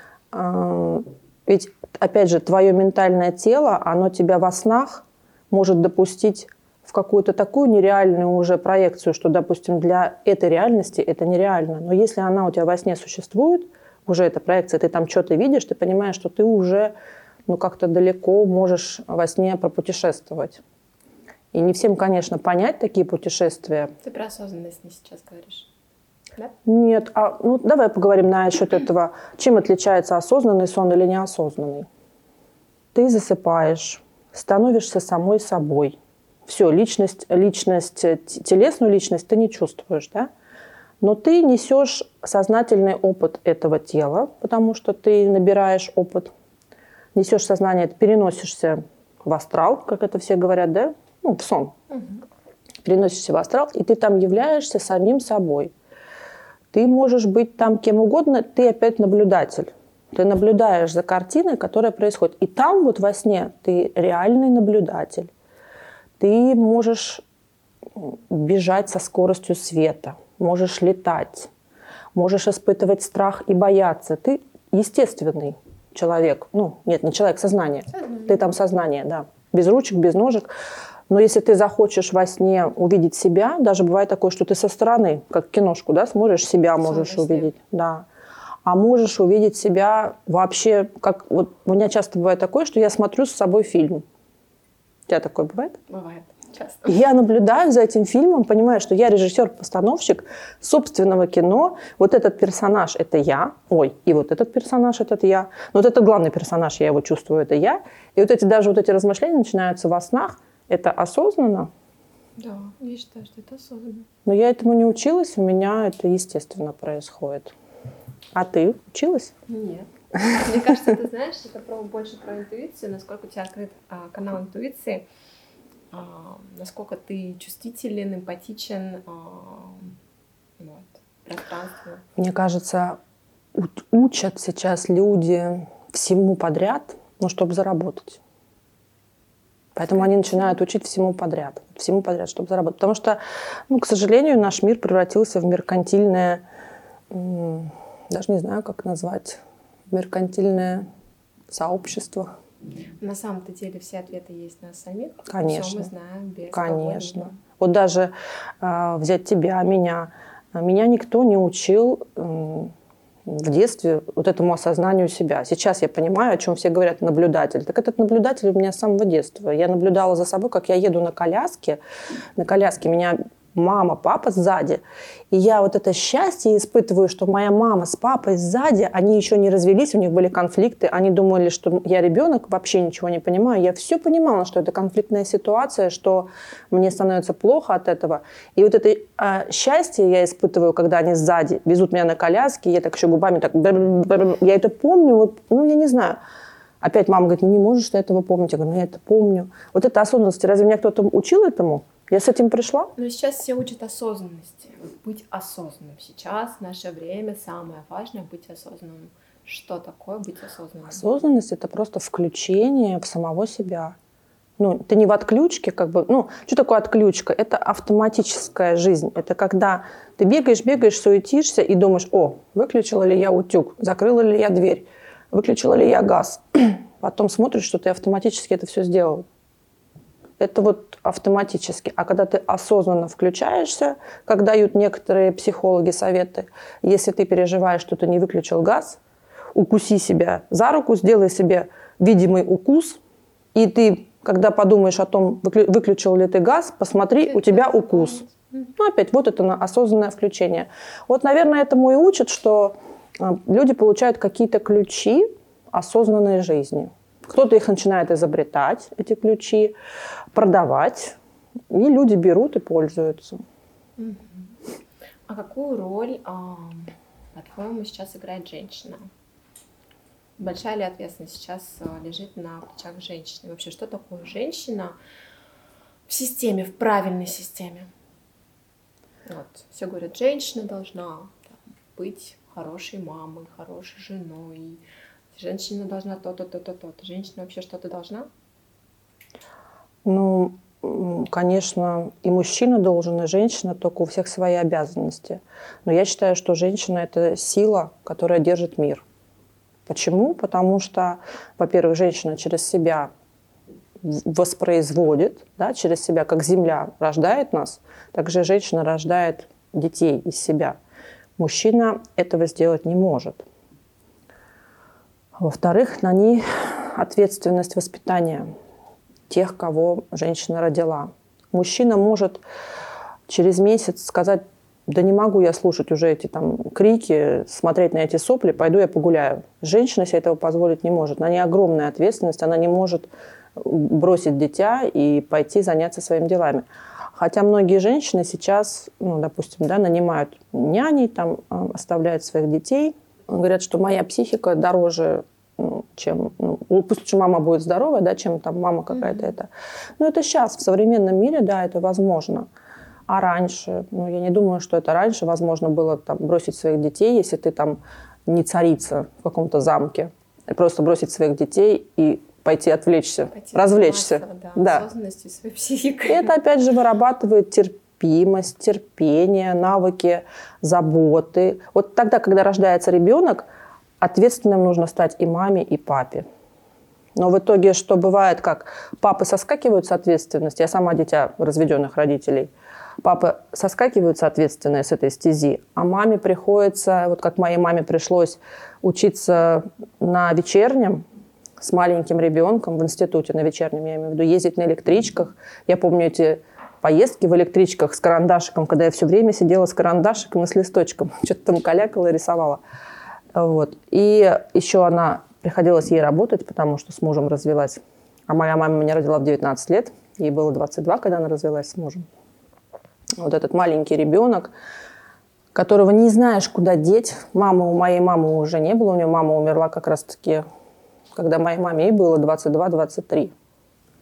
A: Ведь, опять же, твое ментальное тело, оно тебя во снах может допустить в какую-то такую нереальную уже проекцию, что, допустим, для этой реальности это нереально. Но если она у тебя во сне существует, уже эта проекция, ты там что-то видишь, ты понимаешь, что ты уже как-то далеко можешь во сне пропутешествовать. И не всем, конечно, понять такие путешествия.
B: Ты про осознанность не сейчас говоришь, да?
A: Нет. Давай поговорим насчет этого. Чем отличается осознанный сон или неосознанный? Ты засыпаешь, становишься самой собой. Все, личность, телесную личность ты не чувствуешь, да? Но ты несешь сознательный опыт этого тела, потому что ты набираешь опыт, несешь сознание, переносишься в астрал, как это все говорят, да? В сон. Переносишься в астрал, и ты там являешься самим собой. Ты можешь быть там кем угодно, ты опять наблюдатель. Ты наблюдаешь за картиной, которая происходит. И там вот во сне ты реальный наблюдатель. Ты можешь бежать со скоростью света, можешь летать, можешь испытывать страх и бояться. Ты естественный человек. Нет, не человек, сознание. Ты там сознание, да. Без ручек, без ножек. Но если ты захочешь во сне увидеть себя, даже бывает такое, что ты со стороны, как киношку, да, смотришь, себя можешь увидеть. Да. А можешь увидеть себя вообще, как... Вот у меня часто бывает такое, что я смотрю с собой фильм. У тебя такое бывает?
B: Бывает. Часто.
A: Я наблюдаю за этим фильмом, понимаю, что я режиссер-постановщик собственного кино. Вот этот персонаж – это я. И вот этот персонаж – это я. Но вот этот главный персонаж, я его чувствую, это я. И вот эти размышления начинаются во снах. Это осознанно?
B: Да, я считаю, что это осознанно.
A: Но я этому не училась, у меня это естественно происходит. А ты училась?
B: Нет. Мне кажется, ты знаешь, это больше про интуицию, насколько у тебя открыт канал интуиции. насколько ты чувствителен, эмпатичен, пространственно?
A: Мне кажется, учат сейчас люди всему подряд, чтобы заработать. Поэтому они начинают учить всему подряд, чтобы заработать. Потому что, к сожалению, наш мир превратился в меркантильное, даже не знаю, как назвать, меркантильное сообщество.
B: На самом-то деле все ответы есть у нас самих.
A: Конечно.
B: Все мы знаем без
A: Конечно.
B: кого-либо.
A: Вот даже взять тебя, меня. Меня никто не учил в детстве вот этому осознанию себя. Сейчас я понимаю, о чем все говорят, наблюдатель. Так этот наблюдатель у меня с самого детства. Я наблюдала за собой, как я еду на коляске. На коляске меня мама, папа сзади. И я вот это счастье испытываю, что моя мама с папой сзади, они еще не развелись, у них были конфликты. Они думали, что я ребенок, вообще ничего не понимаю. Я все понимала, что это конфликтная ситуация, что мне становится плохо от этого. И вот это счастье я испытываю, когда они сзади везут меня на коляске, я так еще губами так... Я это помню, я не знаю. Опять мама говорит, не можешь ты этого помнить. Я говорю, я это помню. Вот это осознанность. Разве меня кто-то учил этому? Я с этим пришла?
B: Но сейчас все учат осознанности. Быть осознанным. Сейчас, в наше время, самое важное — быть осознанным. Что такое быть осознанным?
A: Осознанность — это просто включение в самого себя. Ты не в отключке, что такое отключка? Это автоматическая жизнь. Это когда ты бегаешь, суетишься и думаешь, выключила ли я утюг, закрыла ли я дверь, выключила ли я газ. Потом смотришь, что ты автоматически это все сделал. Это автоматически. А когда ты осознанно включаешься, как дают некоторые психологи советы, если ты переживаешь, что ты не выключил газ, укуси себя за руку, сделай себе видимый укус, и ты, когда подумаешь о том, выключил ли ты газ, посмотри, у тебя укус. Опять, это осознанное включение. Наверное, этому и учат, что люди получают какие-то ключи осознанной жизни. Кто-то их начинает изобретать, эти ключи, продавать, и люди берут и пользуются.
B: А какую роль, по-твоему, сейчас играет женщина? Большая ли ответственность сейчас лежит на плечах женщины? Вообще, что такое женщина в системе, в правильной системе? Все говорят, женщина должна быть хорошей мамой, хорошей женой. Женщина должна то-то, то-то, то-то. Женщина вообще что-то должна?
A: Конечно, и мужчина должен, и женщина, только у всех свои обязанности. Но я считаю, что женщина – это сила, которая держит мир. Почему? Потому что, во-первых, женщина через себя воспроизводит, через себя, как земля рождает нас, также женщина рождает детей из себя. Мужчина этого сделать не может. Во-вторых, на ней ответственность воспитания тех, кого женщина родила. Мужчина может через месяц сказать, да не могу я слушать уже эти крики, смотреть на эти сопли, пойду я погуляю. Женщина себе этого позволить не может. На ней огромная ответственность, она не может бросить дитя и пойти заняться своими делами. Хотя многие женщины сейчас, допустим, нанимают няней, оставляют своих детей. Говорят, что моя психика дороже, чем... пусть лучше мама будет здоровая, чем мама какая-то это. Но это сейчас, в современном мире, это возможно. А раньше, я не думаю, что это раньше возможно было бросить своих детей, если ты не царица в каком-то замке. Просто бросить своих детей и пойти отвлечься, развлечься.
B: Осознанностью своей психикой.
A: И это, опять же, вырабатывает терпимость, терпение, навыки, заботы. Тогда, когда рождается ребенок, ответственным нужно стать и маме, и папе. Но в итоге, что бывает, как папы соскакивают с ответственности, я сама дитя разведенных родителей, папы соскакивают с ответственности с этой стези, а маме приходится, как моей маме пришлось учиться на вечернем, с маленьким ребенком в институте, на вечернем, я имею в виду, ездить на электричках. Я помню эти поездки в электричках с карандашиком, когда я все время сидела с карандашиком и с листочком, что-то калякала и рисовала. И еще приходилось ей работать, потому что с мужем развелась. А моя мама меня родила в 19 лет, ей было 22, когда она развелась с мужем. Этот маленький ребенок, которого не знаешь, куда деть. У моей мамы уже не было, у нее мама умерла как раз-таки, когда моей маме ей было 22-23.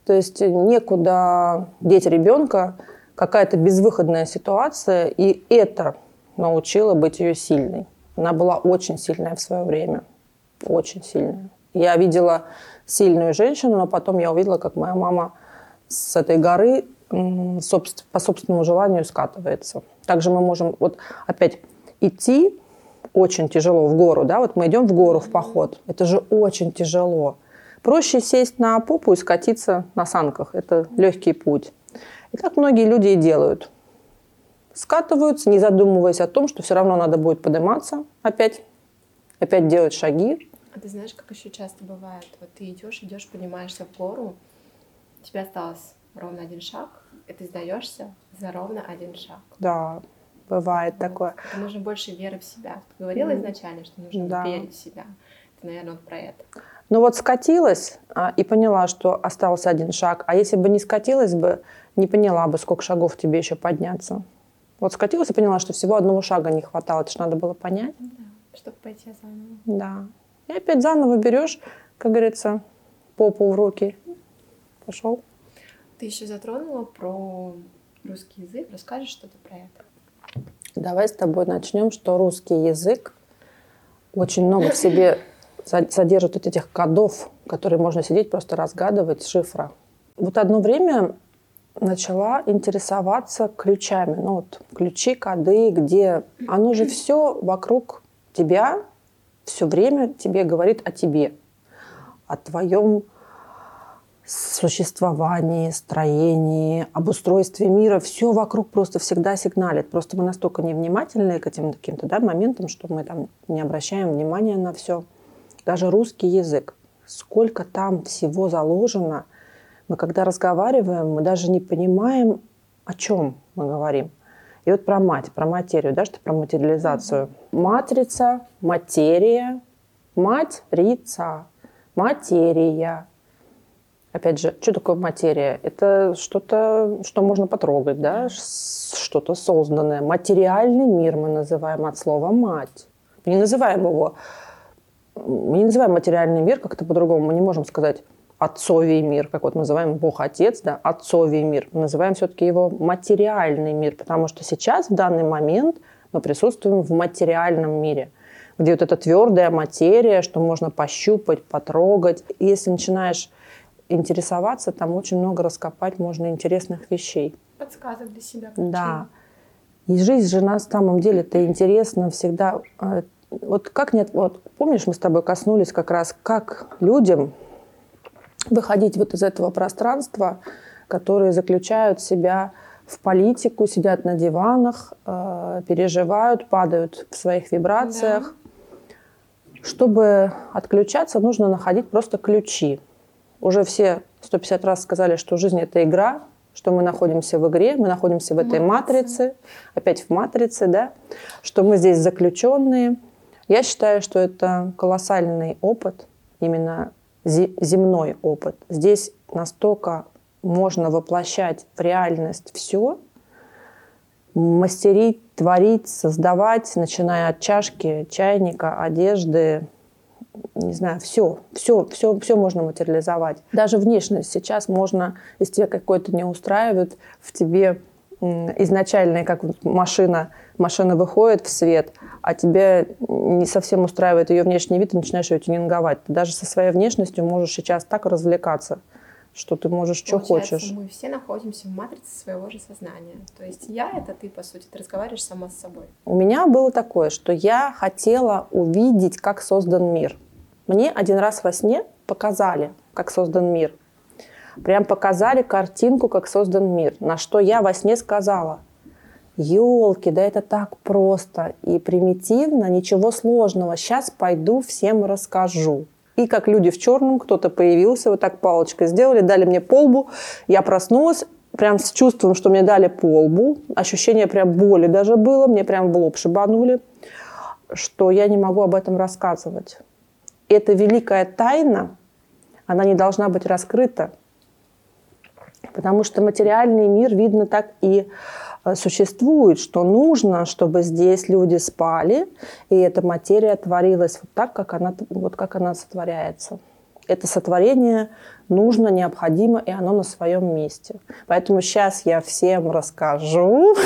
A: То есть некуда деть ребенка, какая-то безвыходная ситуация, и это научило быть ее сильной. Она была очень сильная в свое время. Очень сильная. Я видела сильную женщину, но потом я увидела, как моя мама с этой горы по собственному желанию скатывается. Также мы можем вот опять идти очень тяжело в гору. Да? Вот мы идем в гору в поход. Это же очень тяжело. Проще сесть на попу и скатиться на санках. Это легкий путь. И так многие люди и делают. Скатываются, не задумываясь о том, что все равно надо будет подниматься опять делать шаги.
B: А ты знаешь, как еще часто бывает? Вот ты идешь, поднимаешься в гору, у тебя осталось ровно один шаг, и ты сдаешься за ровно один шаг.
A: Да, бывает
B: Вот.
A: такое.
B: Это нужно больше веры в себя. Ты говорила изначально, что нужно верить в себя. Это, наверное, вот про это.
A: Ну вот скатилась и поняла, что остался один шаг. А если бы не скатилась бы, не поняла бы, сколько шагов тебе еще подняться. Вот скатилась и поняла, что всего одного шага не хватало. Это же надо было понять.
B: Да, чтобы пойти заново.
A: Да. И опять заново берешь, как говорится, попу в руки. Пошел.
B: Ты еще затронула про русский язык. Расскажешь что-то про это?
A: Давай с тобой начнем, что русский язык очень много в себе содержит вот этих кодов, которые можно сидеть просто разгадывать, шифра. Вот одно время начала интересоваться ключами. Ну вот ключи, коды, где оно же все вокруг тебя, все время тебе говорит о тебе, о твоем существовании, строении, обустройстве мира. Все вокруг просто всегда сигналит. Просто мы настолько невнимательны к этим каким-то моментам, что мы там не обращаем внимания на все. Даже русский язык. Сколько там всего заложено. Мы когда разговариваем, мы даже не понимаем, о чем мы говорим. И вот про мать, про материю, да, что про материализацию. Матрица, материя, матрица, материя. Опять же, что такое материя? Это что-то, что можно потрогать, да? Что-то созданное. Материальный мир мы называем от слова «мать». Мы не называем материальный мир как-то по-другому. Мы не можем сказать отцовий мир, как вот мы называем Бог Отец, да, отцовий мир. Мы называем все-таки его материальный мир, потому что сейчас, в данный момент, мы присутствуем в материальном мире, где вот эта твердая материя, что можно пощупать, потрогать. И если начинаешь интересоваться, там очень много раскопать можно интересных вещей.
B: Подсказок для себя.
A: Да. И жизнь же на самом деле-то интересна всегда. Вот как нет, вот помнишь, мы с тобой коснулись как раз, как людям выходить вот из этого пространства, которые заключают себя в политику, сидят на диванах, переживают, падают в своих вибрациях. Да. Чтобы отключаться, нужно находить просто ключи. Уже все 150 раз сказали, что жизнь – это игра, что мы находимся в игре, мы находимся в этой матрице, опять в матрице, да, что мы здесь заключенные. Я считаю, что это колоссальный опыт, именно земной опыт. Здесь настолько можно воплощать в реальность все, мастерить, творить, создавать, начиная от чашки, чайника, одежды, не знаю, все можно материализовать. Даже внешность сейчас можно, если тебя какой-то не устраивает, в тебе изначально, как машина выходит в свет, а тебя не совсем устраивает ее внешний вид, ты начинаешь ее тюнинговать. Ты даже со своей внешностью можешь сейчас так развлекаться, что ты можешь, что хочешь.
B: Мы все находимся в матрице своего же сознания. То есть я — это ты, по сути, ты разговариваешь сама с собой.
A: У меня было такое, что я хотела увидеть, как создан мир. Мне один раз во сне показали, как создан мир. Прям показали картинку, как создан мир. На что я во сне сказала: елки, да это так просто и примитивно, ничего сложного. Сейчас пойду всем расскажу. И как люди в черном, кто-то появился, вот так палочкой сделали, дали мне по лбу. Я проснулась прям с чувством, что мне дали по лбу. Ощущение прям боли даже было, мне прям в лоб шибанули, что я не могу об этом рассказывать. Эта великая тайна, она не должна быть раскрыта, потому что материальный мир, видно, так и существует, что нужно, чтобы здесь люди спали, и эта материя творилась вот так, как она сотворяется. Это сотворение нужно, необходимо, и оно на своем месте. Поэтому сейчас я всем расскажу.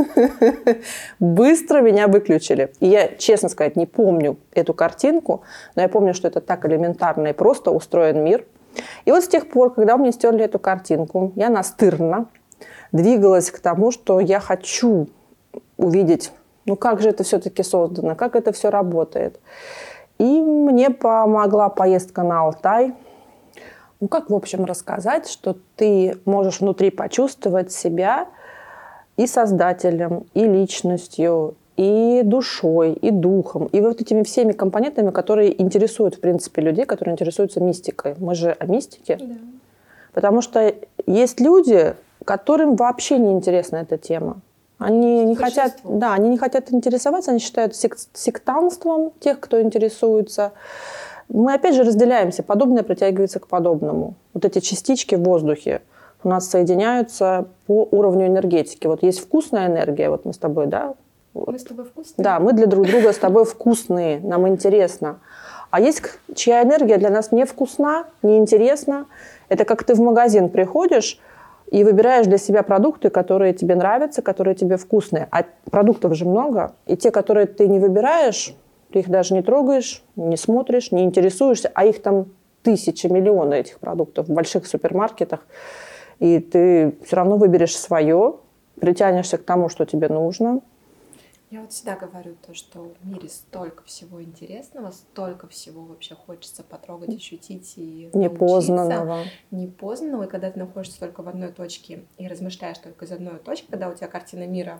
A: Быстро меня выключили. И я, честно сказать, не помню эту картинку, но я помню, что это так элементарно и просто устроен мир. И вот с тех пор, когда мне стерли эту картинку, я настырно двигалась к тому, что я хочу увидеть, ну как же это все-таки создано, как это все работает. И мне помогла поездка на Алтай. Ну, как, в общем, рассказать, что ты можешь внутри почувствовать себя и создателем, и личностью, и душой, и духом, и вот этими всеми компонентами, которые интересуют, в принципе, людей, которые интересуются мистикой. Мы же о мистике. Да. Потому что есть люди, которым вообще не интересна эта тема. Они не хотят, да, они не хотят интересоваться, они считают сектантством тех, кто интересуется. Мы опять же разделяемся, подобное притягивается к подобному. Вот эти частички в воздухе у нас соединяются по уровню энергетики. Вот есть вкусная энергия, вот мы с тобой, да?
B: Мы с тобой вкусные?
A: Да, мы для друг друга с тобой вкусные, нам интересно. А есть чья энергия для нас не вкусна, не интересна. Это как ты в магазин приходишь и выбираешь для себя продукты, которые тебе нравятся, которые тебе вкусные. А продуктов же много. И те, которые ты не выбираешь, ты их даже не трогаешь, не смотришь, не интересуешься. А их там тысячи, миллионы этих продуктов в больших супермаркетах. И ты все равно выберешь свое, притянешься к тому, что тебе нужно.
B: Я вот всегда говорю то, что в мире столько всего интересного, столько всего вообще хочется потрогать, ощутить и
A: непознанного.
B: Непознанного. И когда ты находишься только в одной точке и размышляешь только из одной точки, когда у тебя картина мира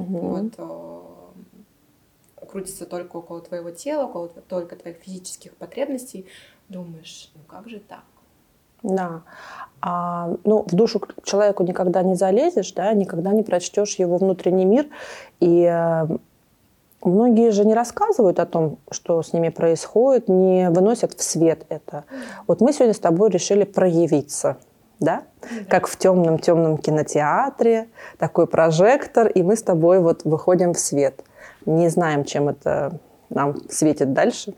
B: крутится только около твоего тела, около только твоих физических потребностей, думаешь, ну как же так?
A: Да. Ну, в душу к человеку никогда не залезешь, да, никогда не прочтешь его внутренний мир. И многие же не рассказывают о том, что с ними происходит, не выносят в свет это. Вот мы сегодня с тобой решили проявиться, да? Как в темном кинотеатре, такой прожектор, и мы с тобой вот выходим в свет. Не знаем, чем это нам светит дальше.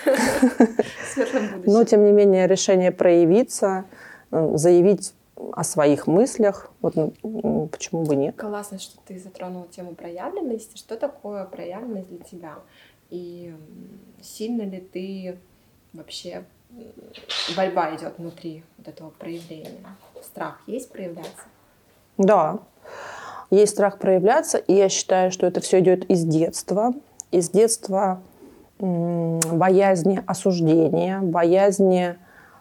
A: Но, тем не менее, решение проявиться, заявить о своих мыслях, вот, почему бы нет.
B: Классно, что ты затронула тему проявленности. Что такое проявленность для тебя? И сильно ли ты вообще... Борьба идет внутри вот этого проявления? Страх есть проявляться?
A: Да, есть страх проявляться, и я считаю, что это все идет из детства. Из детства боязни осуждения, боязни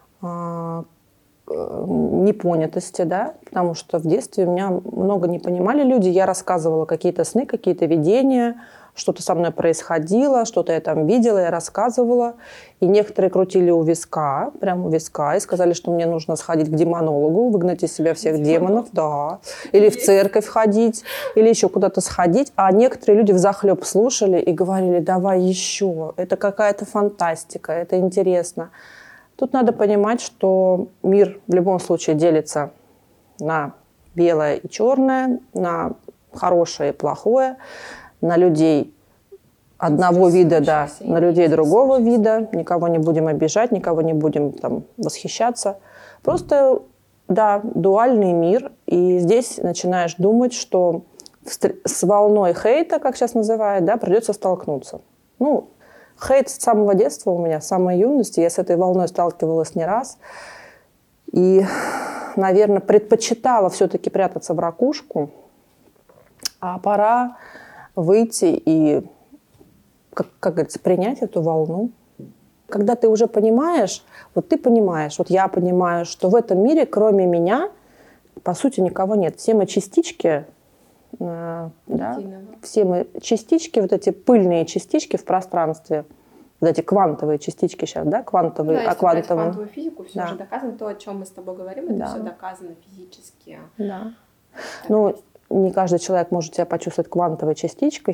A: непонятости, да, потому что в детстве у меня много не понимали люди, я рассказывала какие-то сны, какие-то видения, что-то со мной происходило, что-то я там видела, я рассказывала, и некоторые крутили у виска, прямо у виска, и сказали, что мне нужно сходить к демонологу, выгнать из себя всех демонов, да, или в церковь ходить, или еще куда-то сходить, а некоторые люди взахлеб слушали и говорили, давай еще, это какая-то фантастика, это интересно. Тут надо понимать, что мир в любом случае делится на белое и черное, на хорошее и плохое, на людей одного вида, да, на людей другого вида. Никого не будем обижать, никого не будем там восхищаться. Просто, да, дуальный мир. И здесь начинаешь думать, что с волной хейта, как сейчас называют, да, придется столкнуться. Ну, хейт с самого детства у меня, с самой юности. Я с этой волной сталкивалась не раз. И, наверное, предпочитала все-таки прятаться в ракушку. А пора выйти и, как говорится, принять эту волну. Когда ты уже понимаешь, вот ты понимаешь, вот я понимаю, что в этом мире, кроме меня, по сути, никого нет. Все мы частички, да, все мы частички, вот эти пыльные частички в пространстве, вот эти квантовые частички сейчас, да, квантовые,
B: да,
A: квантовую
B: физику, все уже доказано, то, о чем мы с тобой говорим, это все доказано физически.
A: Да. Ну, не каждый человек может себя почувствовать квантовой частичкой.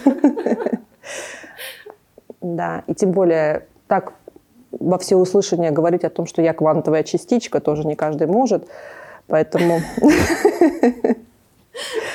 A: Да, и тем более так во всеуслышание говорить о том, что я квантовая частичка, тоже не каждый может. Поэтому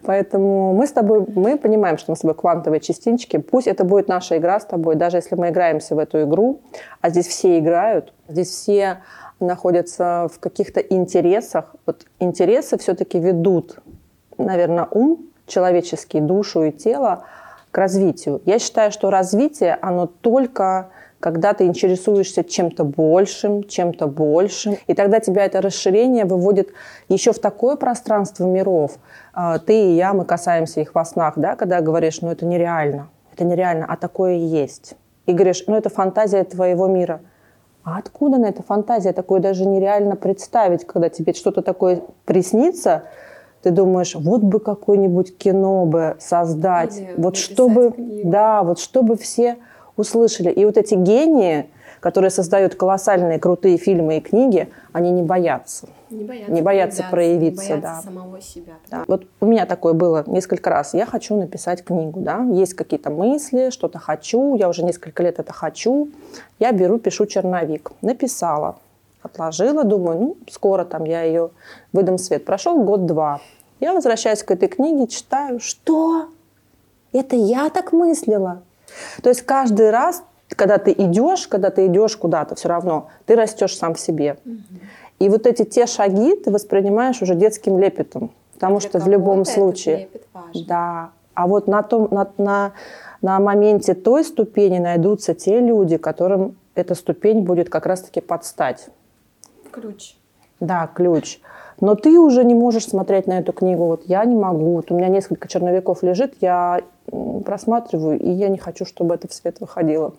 A: Поэтому мы с тобой, мы понимаем, что мы с тобой квантовые частички. Пусть это будет наша игра с тобой, даже если мы играемся в эту игру, а здесь все играют, здесь все находятся в каких-то интересах. Вот интересы все-таки ведут, наверное, ум человеческий, душу и тело к развитию. Я считаю, что развитие, оно только когда ты интересуешься чем-то большим, и тогда тебя это расширение выводит еще в такое пространство миров. Ты и я, мы касаемся их во снах, да, когда говоришь, это нереально, а такое и есть. И говоришь, это фантазия твоего мира. А откуда на эта фантазия? Такое даже нереально представить, когда тебе что-то такое приснится. Ты думаешь, вот бы какое-нибудь кино бы создать, вот чтобы, да, вот чтобы все услышали. И вот эти гении, которые создают колоссальные крутые фильмы и книги, они не боятся. Не боятся проявиться.
B: Не боятся самого себя.
A: Да. Вот у меня такое было несколько раз. Я хочу написать книгу, да. Есть какие-то мысли, что-то хочу, я уже несколько лет это хочу. Я беру, пишу черновик. Написала, отложила, думаю, скоро там я ее выдам в свет. Прошел год-два. Я возвращаюсь к этой книге, читаю, что? Это я так мыслила? То есть каждый раз, когда ты идешь куда-то, все равно ты растешь сам в себе. И вот эти те шаги ты воспринимаешь уже детским лепетом. Потому что в любом случае... Да. А вот на моменте той ступени найдутся те люди, которым эта ступень будет как раз-таки подстать.
B: Ключ.
A: Да, ключ. Но ты уже не можешь смотреть на эту книгу. Вот я не могу. Вот у меня несколько черновиков лежит, я просматриваю, и я не хочу, чтобы это в свет выходило.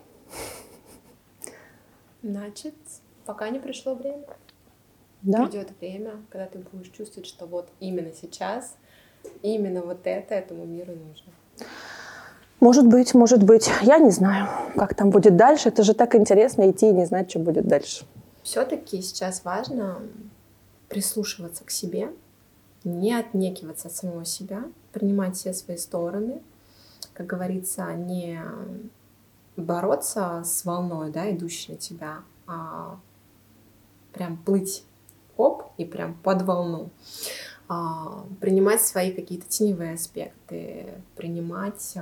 B: Значит, пока не пришло время.
A: Да?
B: Придет время, когда ты будешь чувствовать, что вот именно сейчас, именно вот это этому миру нужно.
A: Может быть. Я не знаю, как там будет дальше. Это же так интересно идти и не знать, что будет дальше.
B: Все-таки сейчас важно прислушиваться к себе, не отнекиваться от самого себя, принимать все свои стороны, как говорится, не бороться с волной, да, идущей на тебя, а прям плыть и прям под волну. Принимать свои какие-то теневые аспекты, принимать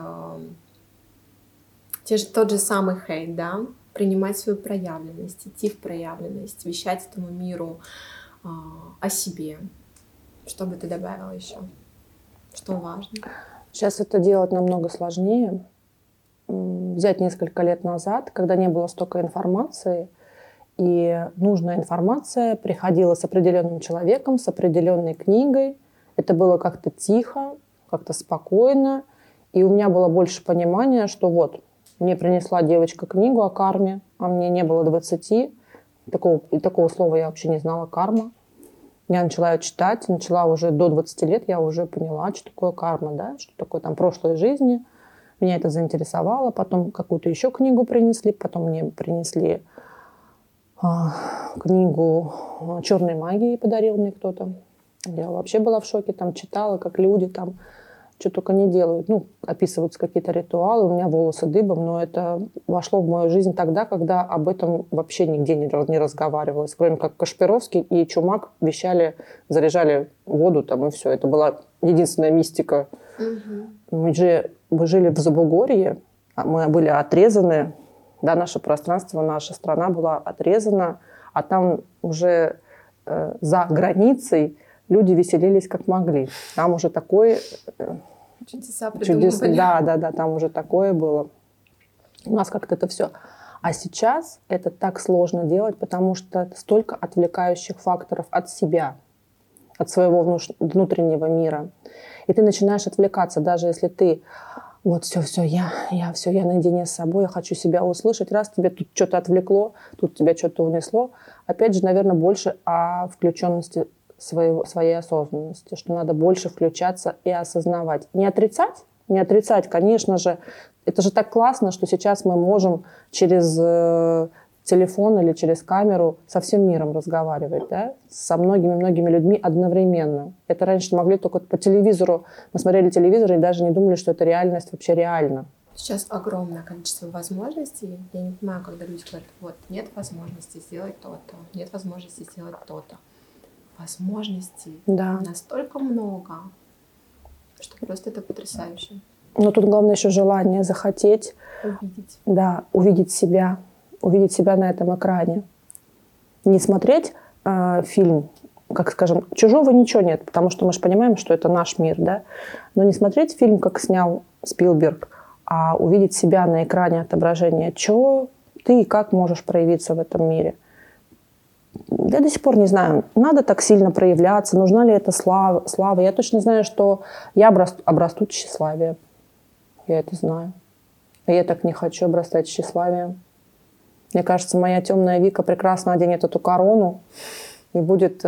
B: тот же самый хейт, да, принимать свою проявленность, идти в проявленность, вещать этому миру о себе. Что бы ты добавила еще? Что важно?
A: Сейчас это делать намного сложнее. Взять несколько лет назад, когда не было столько информации, и нужная информация приходила с определенным человеком, с определенной книгой. Это было как-то тихо, как-то спокойно. И у меня было больше понимания, что вот, мне принесла девочка книгу о карме, а мне не было 20. Такого слова я вообще не знала, карма. Я начала ее читать, начала уже до 20 лет, я уже поняла, что такое карма, да, что такое там прошлой жизни. Меня это заинтересовало. Потом какую-то еще книгу принесли, потом мне принесли книгу «Черной магии», подарил мне кто-то. Я вообще была в шоке, там читала, как люди там что только не делают. Описываются какие-то ритуалы, у меня волосы дыбом, но это вошло в мою жизнь тогда, когда об этом вообще нигде не разговаривалось. Кроме как Кашпировский и Чумак вещали, заряжали воду там и все. Это была единственная мистика. Мы жили в Забугорье, мы были отрезаны, да, наше пространство, наша страна была отрезана, а там уже за границей люди веселились как могли. Там уже такое...
B: Чудеса придумывали.
A: Да, там уже такое было. У нас как-то это все. А сейчас это так сложно делать, потому что столько отвлекающих факторов от себя, от своего внутреннего мира. И ты начинаешь отвлекаться, даже если ты вот все, я наедине с собой, я хочу себя услышать. Раз тебе тут что-то отвлекло, тут тебя что-то унесло. Опять же, наверное, больше о включенности своей осознанности, что надо больше включаться и осознавать. Не отрицать, конечно же. Это же так классно, что сейчас мы можем через телефон или через камеру со всем миром разговаривать, да? Со многими людьми одновременно. Это раньше могли только по телевизору. Мы смотрели телевизор и даже не думали, что эта реальность вообще реальна.
B: Сейчас огромное количество возможностей. Я не понимаю, когда люди говорят, вот, нет возможности сделать то-то, нет возможности сделать то-то. Возможностей настолько много. Что просто это потрясающе.
A: Но тут главное еще желание захотеть.
B: Увидеть.
A: Да, увидеть себя на этом экране. Не смотреть фильм, как скажем, чужого ничего нет, потому что мы же понимаем, что это наш мир, да. Но не смотреть фильм, как снял Спилберг, а увидеть себя на экране отображения. Что ты и как можешь проявиться в этом мире? Я до сих пор не знаю, надо так сильно проявляться, нужна ли это слава. Я точно знаю, что я обрасту тщеславием. Я это знаю. И я так не хочу обрастать тщеславием. Мне кажется, моя темная Вика прекрасно оденет эту корону и будет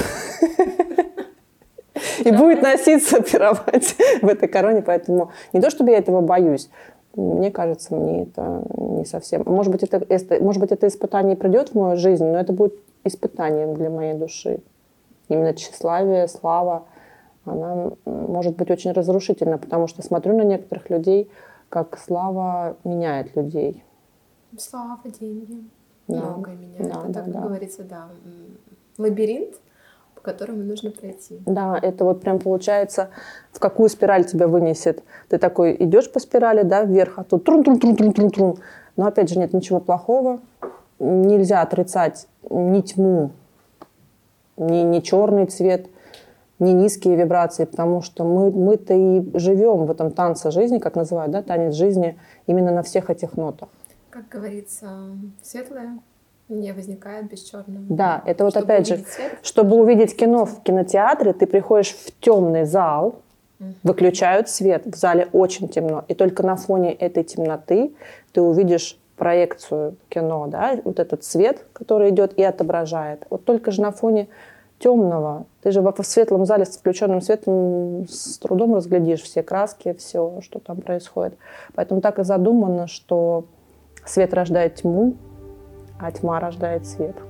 A: носиться, пировать в этой короне. Поэтому не то, чтобы я этого боюсь. Мне кажется, мне это не совсем... Может быть, это испытание придет в мою жизнь, но это будет испытанием для моей души. Именно тщеславие, слава, она может быть очень разрушительна, потому что смотрю на некоторых людей, как слава меняет людей.
B: Слава, деньги.
A: Да.
B: Многое меняет.
A: Да,
B: это,
A: да,
B: как
A: да.
B: говорится, лабиринт, по которому нужно пройти.
A: Да, это вот прям получается, в какую спираль тебя вынесет. Ты такой идешь по спирали, да, вверх, а тут трун-трун-трун-трун-трун-трун. Но опять же нет ничего плохого. Нельзя отрицать ни тьму, ни черный цвет, ни низкие вибрации, потому что мы-то и живем в этом танце жизни, как называют, да, танец жизни, именно на всех этих нотах.
B: Как говорится, светлое не возникает без черного.
A: Да, это вот
B: Чтобы
A: опять же,
B: увидеть свет,
A: чтобы увидеть кино в кинотеатре, ты приходишь в темный зал, выключают свет, в зале очень темно, и только на фоне этой темноты ты увидишь проекцию кино, да, вот этот свет, который идет и отображает. Вот только же на фоне темного, ты же в светлом зале с включенным светом с трудом разглядишь все краски, все, что там происходит. Поэтому так и задумано, что свет рождает тьму, а тьма рождает свет.